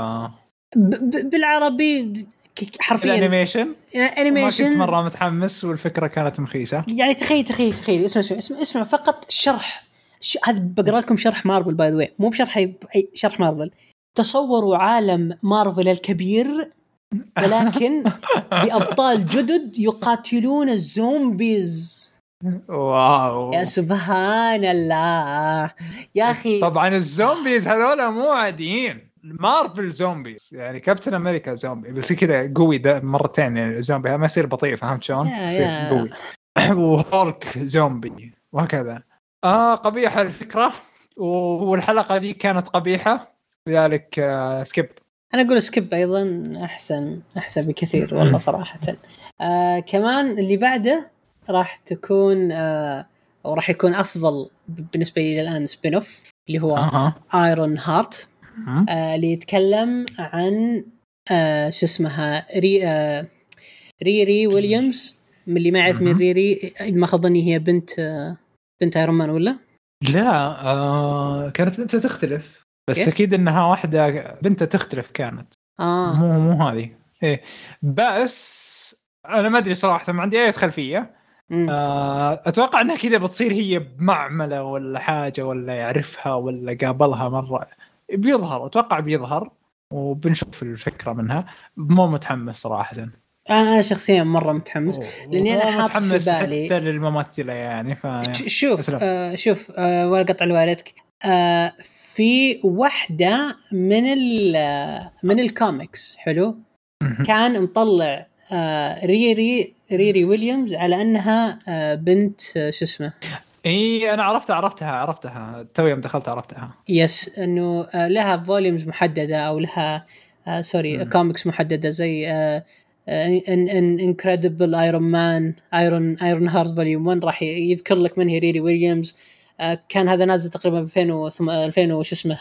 S2: بالعربي حرفيا
S1: الانيميشن.
S2: ما
S1: كنت مره متحمس والفكره كانت مخيسه.
S2: يعني تخيل اسمع فقط شرح هذا بقرا لكم شرح مارفل باي ذا واي، مو بشرح شرح مارفل. تصوروا عالم مارفل الكبير ولكن بأبطال جدد يقاتلون الزومبيز.
S1: واو
S2: يا سبحان الله يا أخي.
S1: طبعا الزومبيز هذولا مو عاديين، مارفل زومبيز يعني كابتن أمريكا زومبي بس كده قوي ده مرتين. يعني الزومبي ما يصير بطيء، فهمت شلون؟ يصير قوي. وهولك زومبي وهكذا. قبيحة الفكرة والحلقة دي كانت قبيحة، لذلك سكيب.
S2: أنا أقول سكيب أيضا أحسن بكثير والله صراحة. كمان اللي بعده راح تكون أو راح يكون أفضل بالنسبة لي الآن سبين أوف اللي هو آيرون هارت، اللي يتكلم عن شو اسمها ريري ويليامز. من اللي ما يعرف من ريري ما خضني هي بنت ايرون مان ولا
S1: لا؟ كانت بنتها تختلف بس أكيد إنها واحدة بنتها تختلف كانت. مو هذه إيه. بس أنا ما أدري صراحة، ما عندي أي خلفية. أتوقع أنها كذا بتصير هي بمعملة ولا حاجة، ولا يعرفها ولا قابلها مرة. أتوقع بيظهر وبنشوف الفكرة منها. مو متحمس صراحة.
S2: أنا شخصيا مرة متحمس لأني أنا حاط في بالي
S1: حتى للممثلة يعني.
S2: شوف ولا قطع لوالدك. في واحدة من الكوميكس حلو كان مطلع ريري ويليامز على أنها بنت شو اسمه.
S1: اي انا عرفتها تو يوم دخلت عرفتها.
S2: يس انه لها فوليومز محدده او لها كوميكس محدده زي انكريدبل ايرون مان ايرون هارت فوليوم 1 راح يذكر لك من هي ريري ويليامز. كان هذا نازل تقريبا 2000 وش اسمه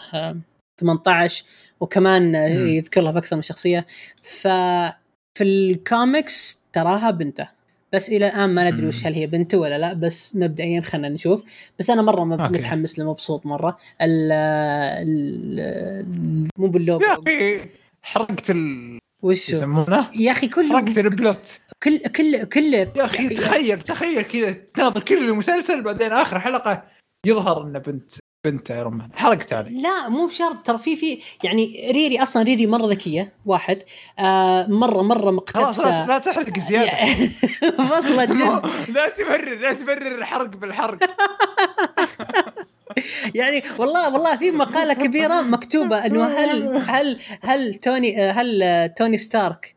S2: 18 وكمان يذكر لها اكثر من شخصيه. ففي الكوميكس تراها بنته بس الى الان ما ندري وش هل هي بنته ولا لا، بس مبدئيا خلينا نشوف. بس انا مره متحمس لمبسوط مره. مو باللوجو
S1: يا اخي حرقت
S2: وش
S1: يسمونه
S2: يا اخي كل
S1: حرقت البلوت
S2: كل
S1: يا اخي. تخيل كذا تناظر كل المسلسل بعدين اخر حلقه يظهر ان بنت ايرون مان. حرقت علي.
S2: لا مو بشرط ترى في يعني ريري اصلا ريري مره ذكيه واحد مره مقتبسه.
S1: لا تحرق زياده
S2: والله جد.
S1: لا تبرر الحرق بالحرق.
S2: يعني والله في مقاله كبيره مكتوبه انه هل توني ستارك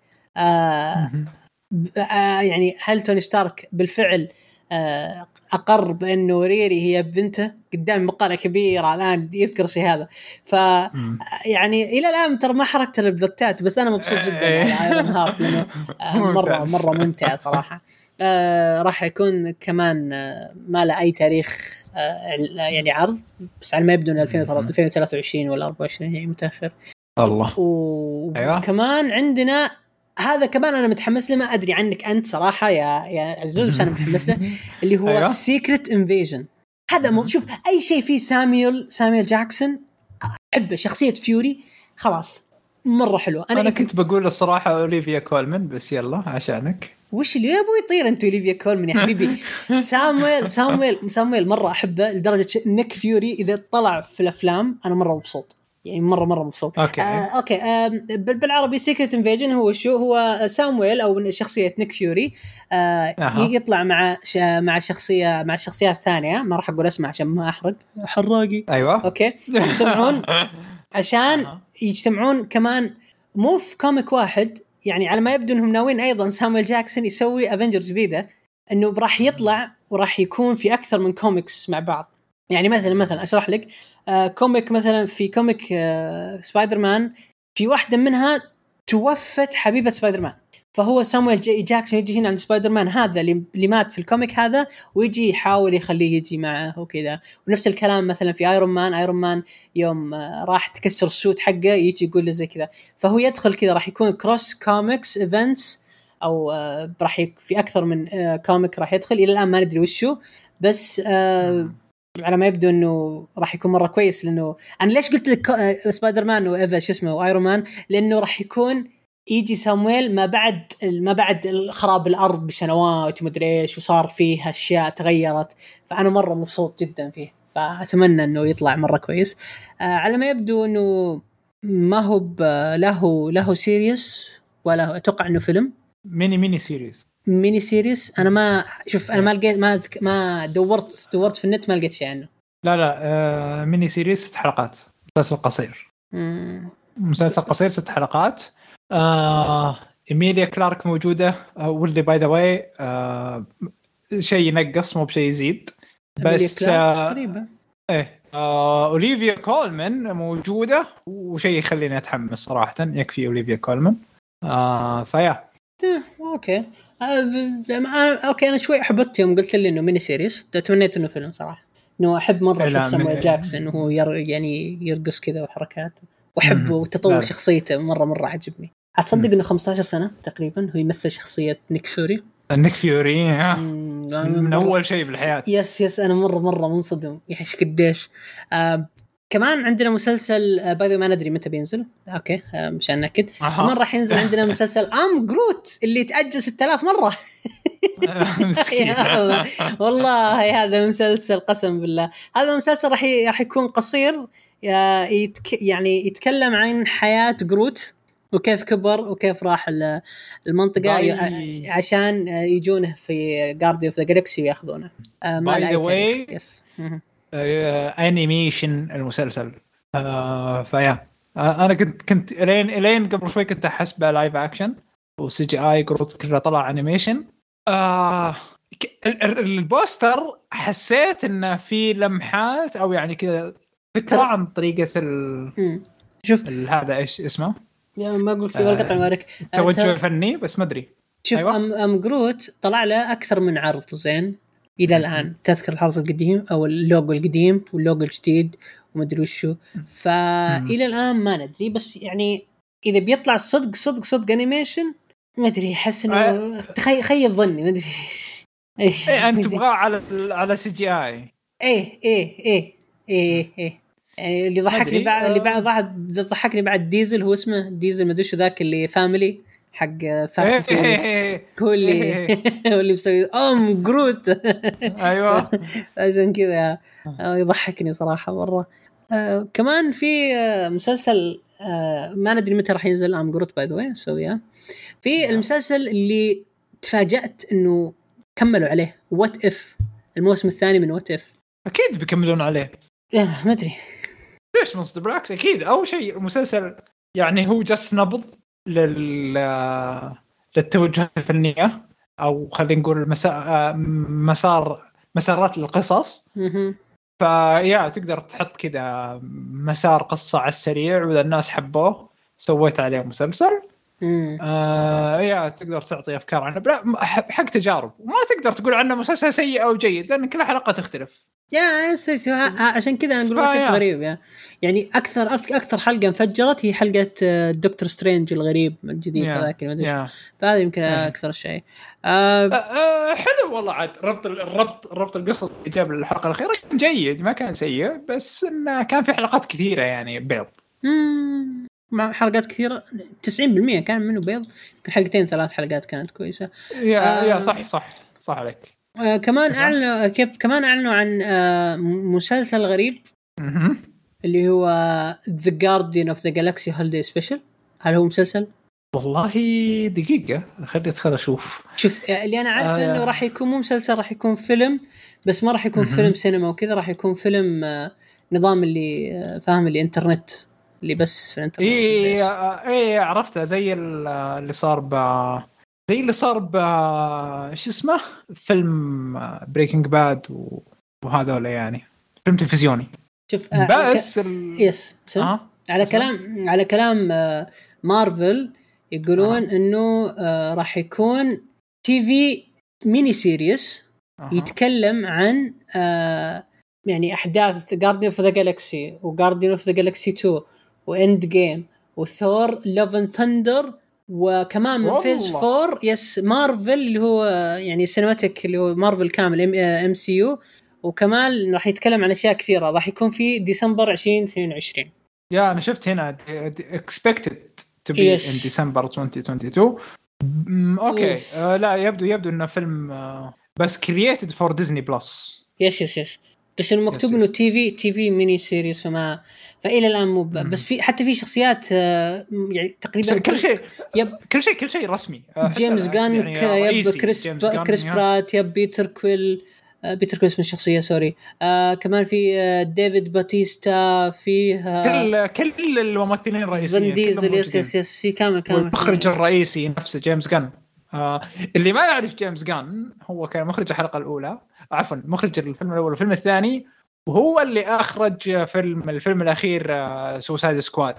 S2: يعني هل توني ستارك بالفعل أقر بأنه ريري هي بنته. قدام مقالة كبيرة الآن يذكر شيء هذا. يعني إلى الآن ترى ما حركت البلوتات، بس أنا مبسوط جدا على ايرون هارت لأنه مرة ممتع صراحة. راح يكون كمان ما له أي تاريخ يعني عرض، بس على ما يبدو أن 2023 ولا 24 يعني متأخر.
S1: الله.
S2: وكمان عندنا هذا كمان أنا متحمس له، ما أدري عنك أنت صراحة يا عزوز، بس أنا متحمس له اللي هو Secret Invasion. هذا شوف أي شيء فيه ساميول جاكسون أحبه. شخصية فيوري خلاص مرة حلوة.
S1: أنا كنت بقول الصراحة أوليفيا كولمان، بس يلا عشانك.
S2: وش اللي أبوي يطير أنت أوليفيا كولمان يا حبيبي. سامويل مرة أحبه لدرجة نيك فيوري إذا طلع في الأفلام أنا مرة مبسوط، يعني مرة مبسوط. أوكي. بالعربي سيكريت انفيجن هو شو؟ هو سامويل أو شخصية نيك فيوري يطلع مع الشخصيات الثانية. ما راح أقول اسمه عشان ما أحرق حراقي.
S1: أيوة.
S2: أوكي. يجتمعون عشان يجتمعون كمان مو في كوميك واحد. يعني على ما يبدو أنهم ناويين أيضا سامويل جاكسون يسوي أفنجر جديدة، أنه راح يطلع وراح يكون في أكثر من كوميكس مع بعض. يعني مثلا أشرح لك كوميك مثلا في كوميك سبايدر مان في واحدة منها توفت حبيبة سبايدر مان، فهو سامويل جاكسون يجي هنا عند سبايدر مان هذا اللي مات في الكوميك هذا، ويجي يحاول يخليه يجي معه وكذا. ونفس الكلام مثلا في ايرون مان يوم راح تكسر السوت حقه يجي يقول له زي كذا. فهو يدخل كذا، راح يكون كروس كوميكس ايفنتس، او راح في اكثر من كوميك راح يدخل. الى الان ما ندري وشو، بس على ما يبدو انه راح يكون مره كويس. لانه انا ليش قلت لك سبايدر مان وايفا شو اسمه وايرون مان، لانه راح يكون يجي سامويل ما بعد خراب الارض بسنوات ومدري ايش، وصار فيه اشياء تغيرت. فانا مره مبسوط جدا فيه، فاتمنى انه يطلع مره كويس. على ما يبدو انه ما هو له سيريس، ولا اتوقع انه فيلم
S1: ميني سيريس.
S2: انا ما شوف، انا ما لقيت، ما دورت في النت، ما لقيت شيء عنه.
S1: لا ميني سيريس 6 حلقات، مسلسل قصير. مسلسل قصير 6 حلقات. إيميليا كلارك موجودة، واللي باي ذا واي شيء ينقص مو بشيء يزيد. بس
S2: غريبة.
S1: أوليفيا كولمان موجودة، وشيء يخليني أتحمس صراحة. يكفي أوليفيا كولمان. فيا
S2: اوكي. انا شوي احبطت يوم قلت لي انه ميني سيريس، تمنيت انه فيلم صراحه. انه احب مره اشوف سامويل جاكسون وهو يعني يرقص كذا وحركات، واحبه وتطور شخصيته مره عجبني. هتصدق انه 15 سنه تقريبا هو يمثل شخصيه نيك فيوري من
S1: اول شيء بالحياه.
S2: يس انا مره منصدم يا ايش قديش. كمان عندنا مسلسل باي ما ندري متى بينزل. اوكي مشان ناكد كمان راح ينزل عندنا مسلسل جروت اللي تأجل 6000 مره.
S1: مسكين
S2: والله هذا مسلسل قسم بالله، هذا مسلسل راح يكون قصير، يعني يتكلم عن حياة جروت وكيف كبر وكيف راح المنطقة عشان يجونه في جارديان اوف ذا جالاكسي وياخذونه.
S1: باي ذا واي انيميشن المسلسل. فيا انا كنت لين قبل شوي كنت احسبه لايف اكشن وسي جي اي، جروت كله طلع انيميشن. البوستر حسيت انه في لمحات او يعني كذا فكره عن طريقه
S2: شوف
S1: هذا ايش اسمه،
S2: يا ما قلت ولا قطع مارك
S1: توجه فني بس ما ادري.
S2: شوف أيوة. جروت طلع له اكثر من عرض زين الى الان. تذكر العرض القديم او اللوجو القديم واللوجو الجديد ومدري وشو، فالى الان ما ندري. بس يعني اذا بيطلع صدق انيميشن ما ادري، احس انه خيب ظني ما ادري
S1: ايش. انت تبغى على سي جي اي.
S2: ايه يعني اللي ضحكني بعد ضحكني بعد ديزل، هو اسمه ديزل ما ادري شو ذاك اللي فاميلي حق فاست فيوريوس، هو اللي بيسوي جروت.
S1: ايوه
S2: عشان كذا يضحكني صراحه مره. كمان في مسلسل ما ندري متى راح ينزل جروت باي ذا واي سويا. في المسلسل اللي تفاجأت انه كملوا عليه، وات اف، الموسم الثاني من وات اف.
S1: اكيد بيكملون عليه،
S2: ما ادري
S1: ليش مصدر، بالعكس اكيد. اول شيء المسلسل يعني هو جس نبض للتوجهات الفنيه، او خلينا نقول مسارات القصص. فيا تقدر تحط كذا مسار قصه على السريع، واذا الناس حبوه سويت عليه مسلسل. يا تقدر تعطي افكار عنه حق تجارب، وما تقدر تقول عنه مسلسل سيء او جيد لان كل حلقه تختلف.
S2: يا عشان كذا انا اقول غريب. يعني اكثر حلقه انفجرت هي حلقه دكتور سترينج الغريب الجديد هذاك ما ادري، فهذا يمكن اكثر شيء.
S1: حلو والله. عاد ربط القصه جاب الحلقه الاخيره جيد، ما كان سيء، بس انه كان في حلقات كثيره يعني بيض.
S2: مع حلقات كثيرة 90% كان منه بيض. يمكن حلقتين 3 حلقات كانت كويسة.
S1: يا صح عليك.
S2: كمان أعلنوا عن مسلسل غريب اللي هو The Guardian of the Galaxy Holiday Special. هل هو مسلسل؟
S1: والله دقيقة خليني أدخل أشوف.
S2: شوف اللي أنا عارف إنه راح يكون مو مسلسل، راح يكون فيلم، بس ما راح يكون فيلم سينما وكذا، راح يكون فيلم نظام اللي فاهم اللي إنترنت اللي بس في الانترنت.
S1: ايه عرفته، زي اللي صار شو اسمه فيلم بريكنج باد وهذا ولا يعني فيلم تلفزيوني.
S2: شوف
S1: بس
S2: يس على كلام مارفل يقولون انه راح يكون تي في ميني سيريس يتكلم عن يعني احداث جارديان اوف ذا جالاكسي وجارديان اوف ذا جالاكسي 2 واند جيم وثور لاف اند ثندر، وكمان من فيز 4 يس مارفل اللي هو يعني سينماتيك اللي هو مارفل كامل ام سي يو، وكمان راح يتكلم عن اشياء كثيره. راح يكون في ديسمبر 2022.
S1: يا انا شفت هنا expected to be in December 2022. اوكي لا يبدو انه فيلم بس created for Disney Plus.
S2: يس بس انه مكتوب انه تي في ميني سيريز، فإلى الان مو بس في حتى في شخصيات يعني تقريبا
S1: كل شيء رسمي.
S2: جيمس جان يعني كريس برات، بيتر كويل من الشخصيه سوري. كمان في ديفيد باتيستا، فيه
S1: كل الممثلين الرئيسيين
S2: ديزل يس كامل
S1: والمخرج الرئيسي نفسه جيمس جان. اللي ما يعرف جيمس جان هو كان مخرج الحلقه الاولى، عفوا مخرج الفيلم الاول والفيلم الثاني، وهو اللي اخرج الفيلم الاخير سوسايد سكواد.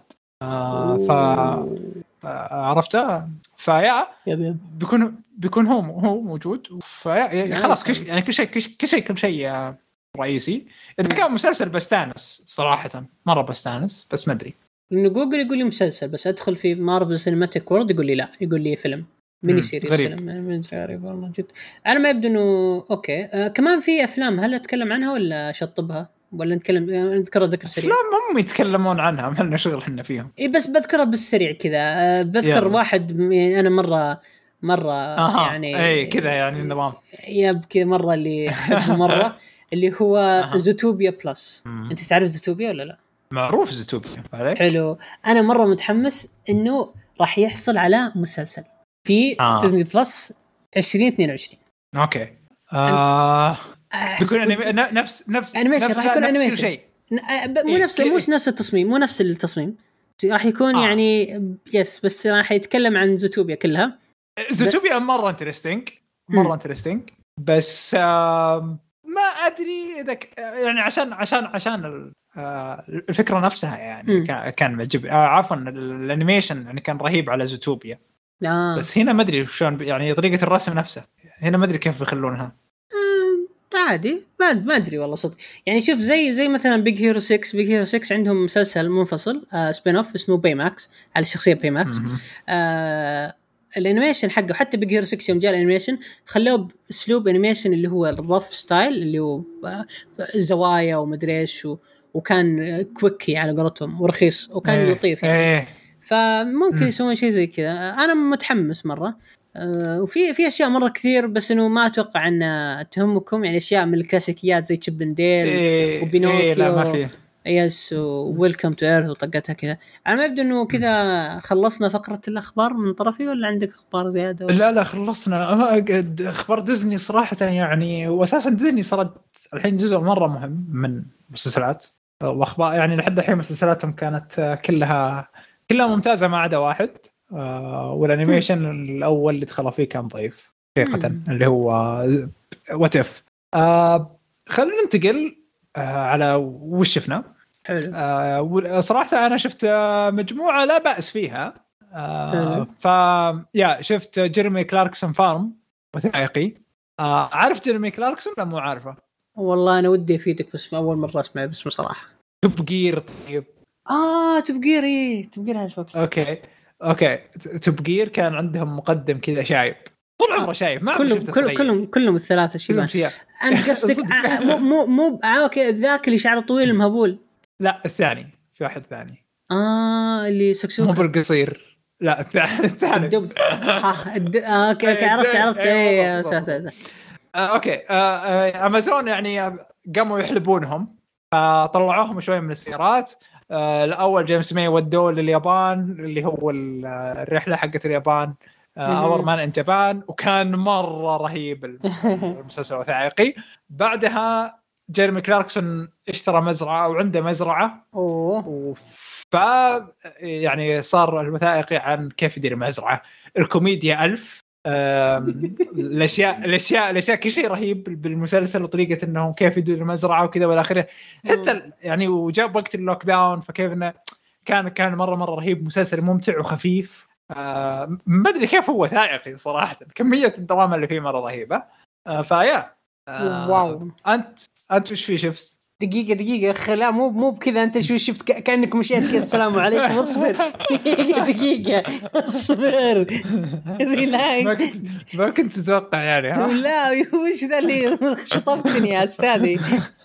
S1: عرفته فيا بيكون هو موجود خلاص يعني كل شيء رئيسي. اذا كان مسلسل بستانس صراحه مره بستانس، بس ما ادري
S2: انه جوجل يقول لي مسلسل، بس ادخل في مارفل سينماتيك وورد يقول لي لا، يقول لي فيلم ميني سيريز. فيلم غريب والله جد. انا ما يبدو انه اوكي. كمان في افلام، هل اتكلم عنها ولا شطبها ولا نتكلم ذكر سريع؟
S1: لا هم يتكلمون عنها، ما لنا شغل احنا فيهم.
S2: بس بذكرها بالسريع كذا. بذكر واحد انا مره يعني
S1: اي كذا يعني النظام
S2: يبكي مره اللي احبه مره اللي هو زوتوبيا بلس. انت تعرف زوتوبيا ولا لا؟
S1: معروف زوتوبيا عليك.
S2: حلو. انا مره متحمس انه راح يحصل على مسلسل في ديزني بلس 2022.
S1: اوكي بيكون نفس
S2: انيميشن. راح يكون انيميشن مو نفس التصميم، مو نفس التصميم. راح يكون يعني يس، بس راح يتكلم عن زوتوبيا كلها.
S1: زوتوبيا مره انترستينج بس ما ادري اذا يعني عشان الفكره نفسها يعني كان معجب. عفوا الانيميشن يعني كان رهيب على زوتوبيا. بس هنا ما ادري شلون يعني طريقه الرسم نفسها هنا ما ادري كيف بيخلونها.
S2: عادي ما ادري والله صدق. يعني شوف زي مثلا بيج هيرو 6 عندهم مسلسل منفصل سبين اوف اسمه بايماكس على الشخصيه بايماكس. الانيميشن حقه حتى بيج هيرو 6 يوم جاء الانيميشن خلوه باسلوب انيميشن اللي هو الرف ستايل، اللي هو زوايا ومدري ايش، وكان كويكي على قولتهم ورخيص وكان لطيف يعني. فممكن يسوون شيء زي كذا. انا متحمس مره. وفي اشياء مره كثير، بس انه ما اتوقع ان تهمكم يعني اشياء من الكلاسيكيات زي تشيبنديل وبينوكيو.
S1: لا ما فيه.
S2: يس وويلكم تو ايرث وطقتها كذا. انا ما يبدو انه كذا خلصنا فقره الاخبار من طرفي، ولا عندك اخبار زياده؟
S1: لا خلصنا اخبار ديزني صراحه يعني. واساسا ديزني صارت الحين جزء مره مهم من مسلسلات واخبار يعني. لحد الحين مسلسلاتهم كانت كلها ممتازه ما عدا واحد، والانيميشن الاول اللي دخلوا فيه كان ضعيف حقيقه، اللي هو وات اف. خلينا ننتقل على وش شفنا.
S2: حلو.
S1: صراحه انا شفت مجموعه لا باس فيها. شفت جيرمي كلاركسون فارم وثائقي. عارف جيرمي كلاركسون ولا مو عارفه؟
S2: والله انا ودي افيدك بس اول مره اسمع باسمه صراحه.
S1: توب جير. طيب
S2: توب جير هالوقت.
S1: اوكي توب جير كان عندهم مقدم كذا شايب طول عمره شايب، ما
S2: كلهم الثلاثه شيبان. انت قصدك مو اوكي ذاك اللي شعره طويل مهبول؟
S1: لا الثاني، في واحد ثاني
S2: اللي سكسوكه
S1: مو بالقصير. لا الثاني
S2: الدب. اوكي عرفت.
S1: اوكي امازون يعني قاموا يحلبونهم، فطلعوهم شويه من السيارات. الاول جيمس ماي ودوه لليابان اللي هو الرحله حقت اليابان، اور مان ان جابان، وكان مره رهيب المسلسل الوثائقي. بعدها جيرمي كلاركسون اشترى مزرعه او عنده مزرعه، ف يعني صار الوثائقي عن كيف يدير مزرعه. الكوميديا 1000 الاشياء كل شيء رهيب بالمسلسل، وطريقه انهم كيف يديروا المزرعه وكذا والى اخره. حتى يعني وجاب وقت اللوك داون، فكيف انه كان مره رهيب، مسلسل ممتع وخفيف. ما ادري كيف هو ثائقي صراحه، كميه الدراما اللي فيه مره رهيبه. فيا
S2: واو.
S1: انت وش في شفت؟
S2: دقيقة لا مو بكذا. أنت شو شفت؟ كأنك مشيت كذا السلام عليكم. اصبر دقيقة اصبر.
S1: ما كنت أتوقع يعني. ها
S2: لا وش ذا اللي شطفتني يا أستاذي؟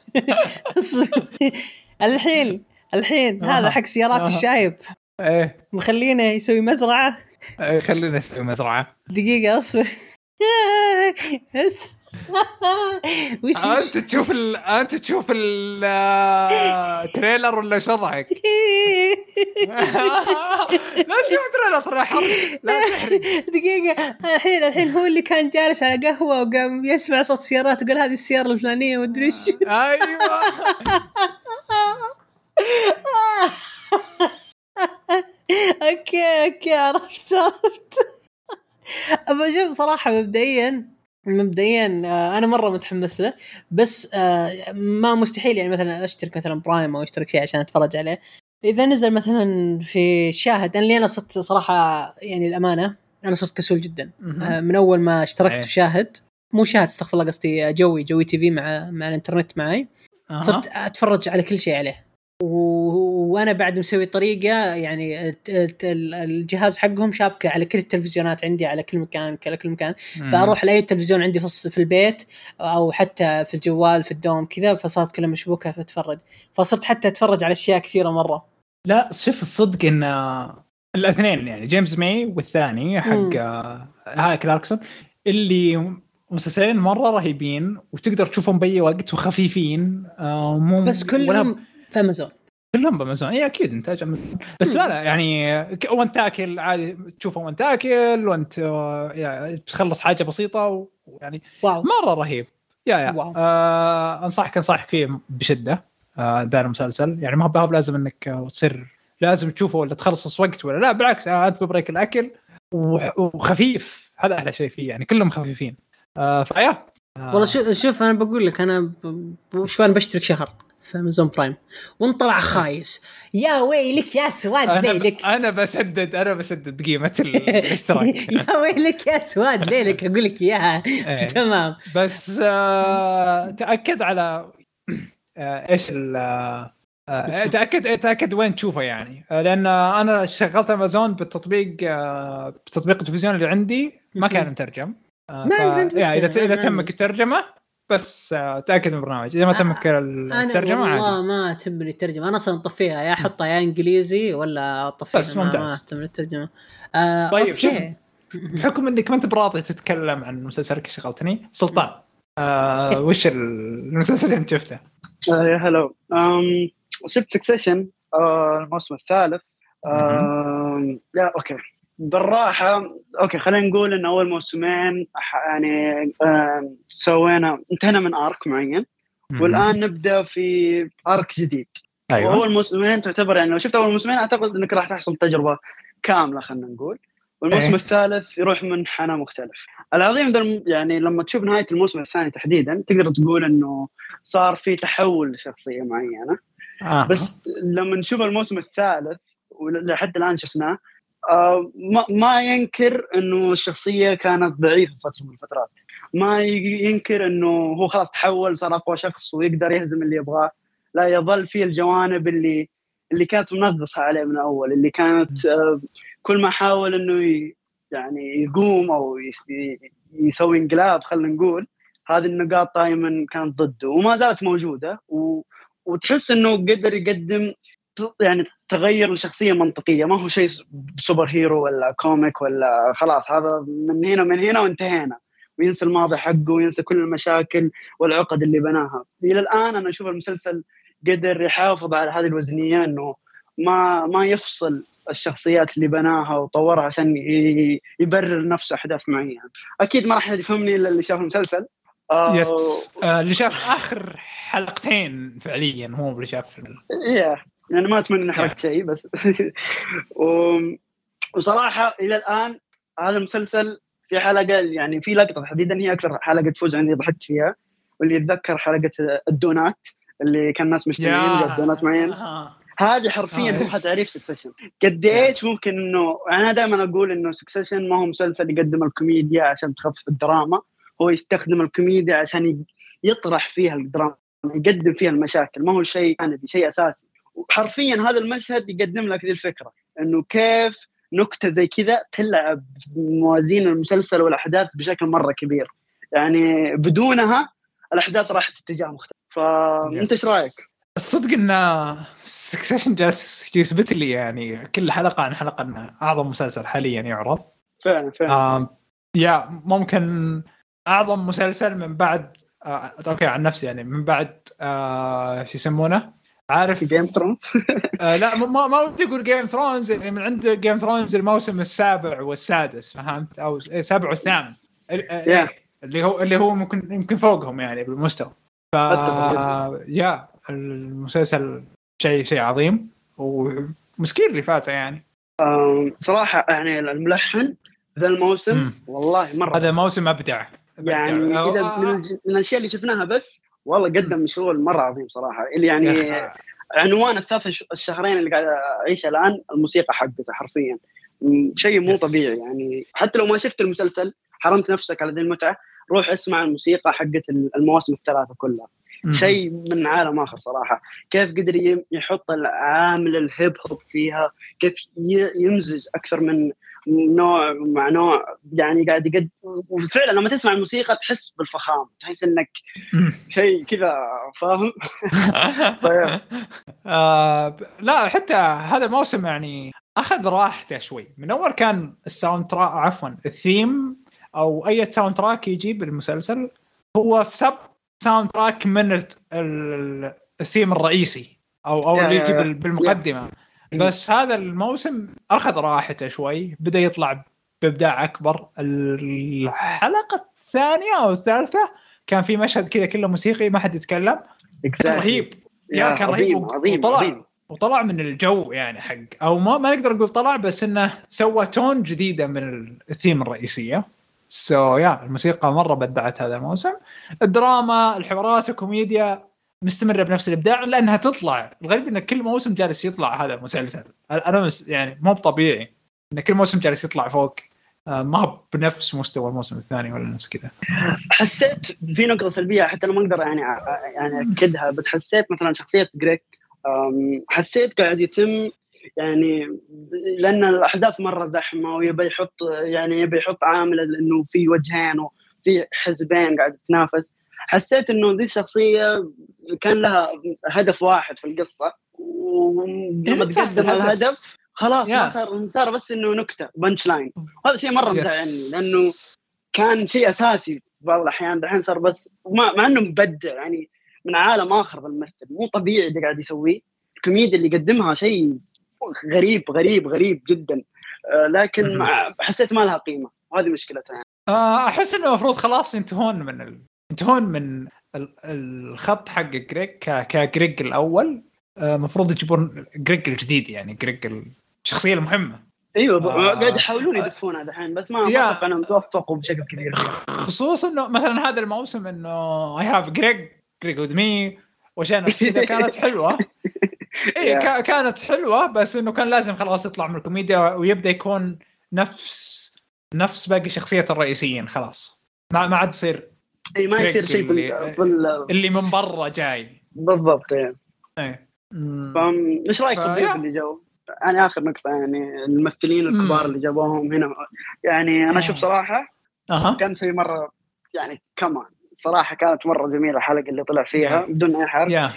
S2: الحين هذا حق سيارات الشايب.
S1: ايه
S2: مخلينه يسوي مزرعة.
S1: خلينا نسوي مزرعة.
S2: دقيقة اصبر.
S1: انت تشوف التريلر ولا شرحك؟ لا تشوف تريلر راح لا تحرق.
S2: دقيقة الحين هو اللي كان جالس على قهوة وقام يسمع صوت سيارات وقال هذه السيارة الفلانية ومدري ايش.
S1: ايوه
S2: اوكي عرفت. أبى أشوف صراحة مبدئيا أنا مرة متحمس له، بس ما مستحيل يعني مثلا أشترك مثلا برايم أو أشترك شيء عشان أتفرج عليه. إذا نزل مثلا في شاهد، أنا صرت صراحة يعني الأمانة أنا صرت كسول جدا من أول ما اشتركت في شاهد، مو شاهد استغفر الله قصدي جوي تي في مع الإنترنت معي. صرت أتفرج على كل شيء عليه، وانا بعد مسوي طريقه يعني الجهاز حقهم شابكه على كل التلفزيونات عندي على كل مكان فاروح لاي تلفزيون عندي في البيت او حتى في الجوال في الدوم كذا، فصارت كلها مشبوكه فاتفرج، فصرت حتى اتفرج على اشياء كثيره مره.
S1: لا شوف الصدق ان الاثنين يعني جيمس ماي والثاني حق هاي كلاركسون اللي مسلسلين مرة رهيبين وتقدر تشوفهم بأي وقت وخفيفين.
S2: بس كلهم في أمازون.
S1: كلهم بأمازون. إيه أكيد إنتاج أمازون. بس لا يعني وأنت تاكل عادي تشوفه وأنت تاكل وأنت يعني بتخلص حاجة بسيطة ويعني مرة رهيب. أنصحك فيه بشدة. ده المسلسل يعني ما هو لازم إنك تصير لازم تشوفه ولا تخلص وقت ولا لا، بالعكس أنت ببريك الأكل وخفيف. هذا أحلى شيء فيه يعني كلهم خفيفين. فيا
S2: والله شوف أنا بقول لك أنا شو أنا بشترك شهر في أمازون برايم ونطلع خايس. يا ويلك يا سواد ليلك.
S1: أنا بسدد قيمة الاشتراك.
S2: يا ويلك يا سواد ليلك أقول لك إياها. تمام
S1: بس تأكد على إيش تأكد وين تشوفه يعني، لأن أنا شغلت أمازون بتطبيق التلفزيون اللي عندي ما كان مترجم. يعني إذا تمك الترجمة بس تأكد من البرنامج. إذا ما تمك الترجمة
S2: عادي. والله ما تهمني الترجمة، أنا أصلا أطفيها يا أحطها يا إنجليزي ولا أطفيها
S1: بس ممتاز.
S2: ما أهتم الترجمة.
S1: طيب شوف بحكم إنك ما أنت براضي تتكلم عن مسلسلك شغلتني سلطان. وش المسلسل اللي أنت شفته؟
S3: يا هلو شفت سكسيشن الموسم الثالث. لا أوكي بالراحة أوكي خلينا نقول إن أول موسمين يعني انتهينا من آرك معين والآن نبدأ في آرك جديد.
S1: أيوة.
S3: وأول موسمين تعتبر يعني لو شفت أول موسمين أعتقد إنك راح تحصل تجربة كاملة خلينا نقول، والموسم الثالث يروح من حنة مختلف. العظيم يعني لما تشوف نهاية الموسم الثاني تحديدا تقدر تقول إنه صار في تحول لشخصية معينة. بس لما نشوف الموسم الثالث ولحد الآن شفناه ما ينكر إنه الشخصية كانت ضعيفة فترة من الفترات، ما ينكر إنه هو خلاص تحول صار أقوى شخص ويقدر يهزم اللي يبغاه. لا يظل فيه الجوانب اللي كانت منغصة عليه من أول، اللي كانت كل ما حاول إنه يعني يقوم أو يسوي انقلاب خلينا نقول هذه النقاط دائما كانت ضده وما زالت موجودة وتحس إنه قدر يقدم يعني تغير الشخصية منطقية، ما هو شيء سوبر هيرو ولا كوميك ولا خلاص هذا من هنا وانتهينا وينسى الماضي حقه وينسى كل المشاكل والعقد اللي بناها. إلى الآن أنا أشوف المسلسل قدر يحافظ على هذه الوزنية إنه ما يفصل الشخصيات اللي بناها وطورها عشان يبرر نفسه أحداث معينة. أكيد ما راح يفهمني إلا اللي شاف المسلسل.
S1: اللي شاف آخر حلقتين فعليا هو اللي شاف
S3: يعني ما أتمنى نحرق شيء بس وصراحة إلى الآن هذا المسلسل في حلقة يعني في لقطة تحديدا هي أكثر حلقة تفوز عندي ضحكت فيها، واللي يتذكر حلقة الدونات اللي كان الناس مشترين دونات معين. هذه حرفيا هو تعريف سكسيشن. قد ايش ممكن انه انا دائما اقول انه سكسيشن ما هو مسلسل يقدم الكوميديا عشان تخفف الدراما، هو يستخدم الكوميديا عشان يطرح فيها الدراما، يقدم فيها المشاكل، ما هو شيء ثاني، شيء اساسي. وحرفيا هذا المشهد يقدم لك ذي الفكره، انه كيف نكته زي كذا تلعب موازين المسلسل والاحداث بشكل مره كبير، يعني بدونها الاحداث راحت اتجاه مختلف. فانت ايش رايك؟
S1: الصدق ان سكسيشن جالس يثبت لي يعني كل حلقه عن حلقه انه اعظم مسلسل حاليا يعرض.
S3: فعلا
S1: يا ممكن اعظم مسلسل من بعد اوكي عن نفسي يعني من بعد شو يسمونه، عارف
S3: جيم ثرونز؟
S1: لا ما ودي اقول جيم ثرونز، يعني من عند جيم ثرونز الموسم السابع والسادس، فهمت؟ او السابع والثامن اللي هو ممكن يمكن فوقهم يعني بالمستوى. يا المسلسل شيء عظيم، ومسكين اللي فاته يعني.
S3: صراحه يعني الملحن ذا الموسم والله مره
S1: هذا موسم ابدع
S3: يعني من الاشياء اللي شفناها، بس والله قدم شغل مره عظيم صراحه. اللي يعني عنوان الشهرين اللي قاعد اعيش الان الموسيقى حقته حرفيا شيء مو طبيعي يعني. حتى لو ما شفت المسلسل حرمت نفسك على ذي المتعه، روح اسمع الموسيقى حقت المواسم الثلاثه كلها، شيء من عالم آخر صراحة. كيف قدر يحط العامل الهيب هوب فيها، كيف يمزج أكثر من نوع مع نوع، يعني قاعد يقد. وفعلا لما تسمع الموسيقى تحس بالفخام، تحس إنك شيء كذا، فاهم؟
S1: لا حتى هذا الموسم يعني أخذ راحته شوي. من أول كان الساوند تراك، عفوا الثيم أو أي ساوند تراك يجيب المسلسل هو ساوند تراك من الثيم الرئيسي او اللي يجي بالمقدمه. بس هذا الموسم اخذ راحته شوي، بدا يطلع بابداع اكبر. الحلقه الثانيه او الثالثه كان في مشهد كذا كله موسيقي ما حد يتكلم، كان رهيب. كان رهيب وطلع من الجو يعني حق، او ما نقدر نقول طلع، بس انه سوى تون جديده من الثيم الرئيسيه. الموسيقى مرة بدعت هذا الموسم. الدراما، الحوارات، الكوميديا مستمرة بنفس الإبداع، لأنها تطلع. الغريب إن كل موسم جالس يطلع هذا المسلسل. أنا يعني مو طبيعي إن كل موسم جالس يطلع فوق، ما هو بنفس مستوى الموسم الثاني ولا نفس كذا.
S3: حسيت في نقطة سلبية حتى أنا ما أقدر يعني أكدها، بس حسيت مثلا شخصية جريك، حسيت قاعد يتم يعني، لأن الأحداث مرة زحمة ويبي يحط عامل إنه في وجهين وفي حزبين قاعد تنافس. حسيت إنه ذي الشخصية كان لها هدف واحد في القصة، ولما تقدم الهدف خلاص ما صار بس إنه نكتة بنش لاين. هذا شيء مرة مزعلني، لأنه كان شيء أساسي في بعض الأحيان. دحين صار بس مع إنه مبدع يعني من عالم آخر بالمثل، مو طبيعي اللي قاعد يسويه. الكوميديا اللي يقدمها شيء غريب جدا، لكن حسيت ما لها قيمة، وهذه مشكلتها يعني.
S1: أحس إنه المفروض خلاص ينتهون من الخط حق جريج كجريج الأول. مفروض يجيبون جريج الجديد، يعني جريج الشخصية المهمة.
S3: أيوة قاعد يحاولون يدفونها دحين، بس ما أتوقع أنهم توفقوا بشكل كبير،
S1: خصوصا إنه مثلا هذا الموسم إنه I have جريج with me وشان كذا كانت حلوة. كانت حلوة، بس إنه كان لازم خلاص يطلع من الكوميديا ويبدأ يكون نفس باقي شخصيات الرئيسيين. خلاص ما عاد يصير
S3: ما يصير شيء
S1: اللي من برا جاي
S3: بالضبط يعني. فمش رأيك في الضيوف اللي جو؟ يعني آخر نقطة، يعني الممثلين الكبار اللي جابوهم هنا، يعني أنا أشوف صراحة كان شيء مرة يعني كمان صراحة كانت مرة جميلة الحلقة اللي طلع فيها بدون أي حرق.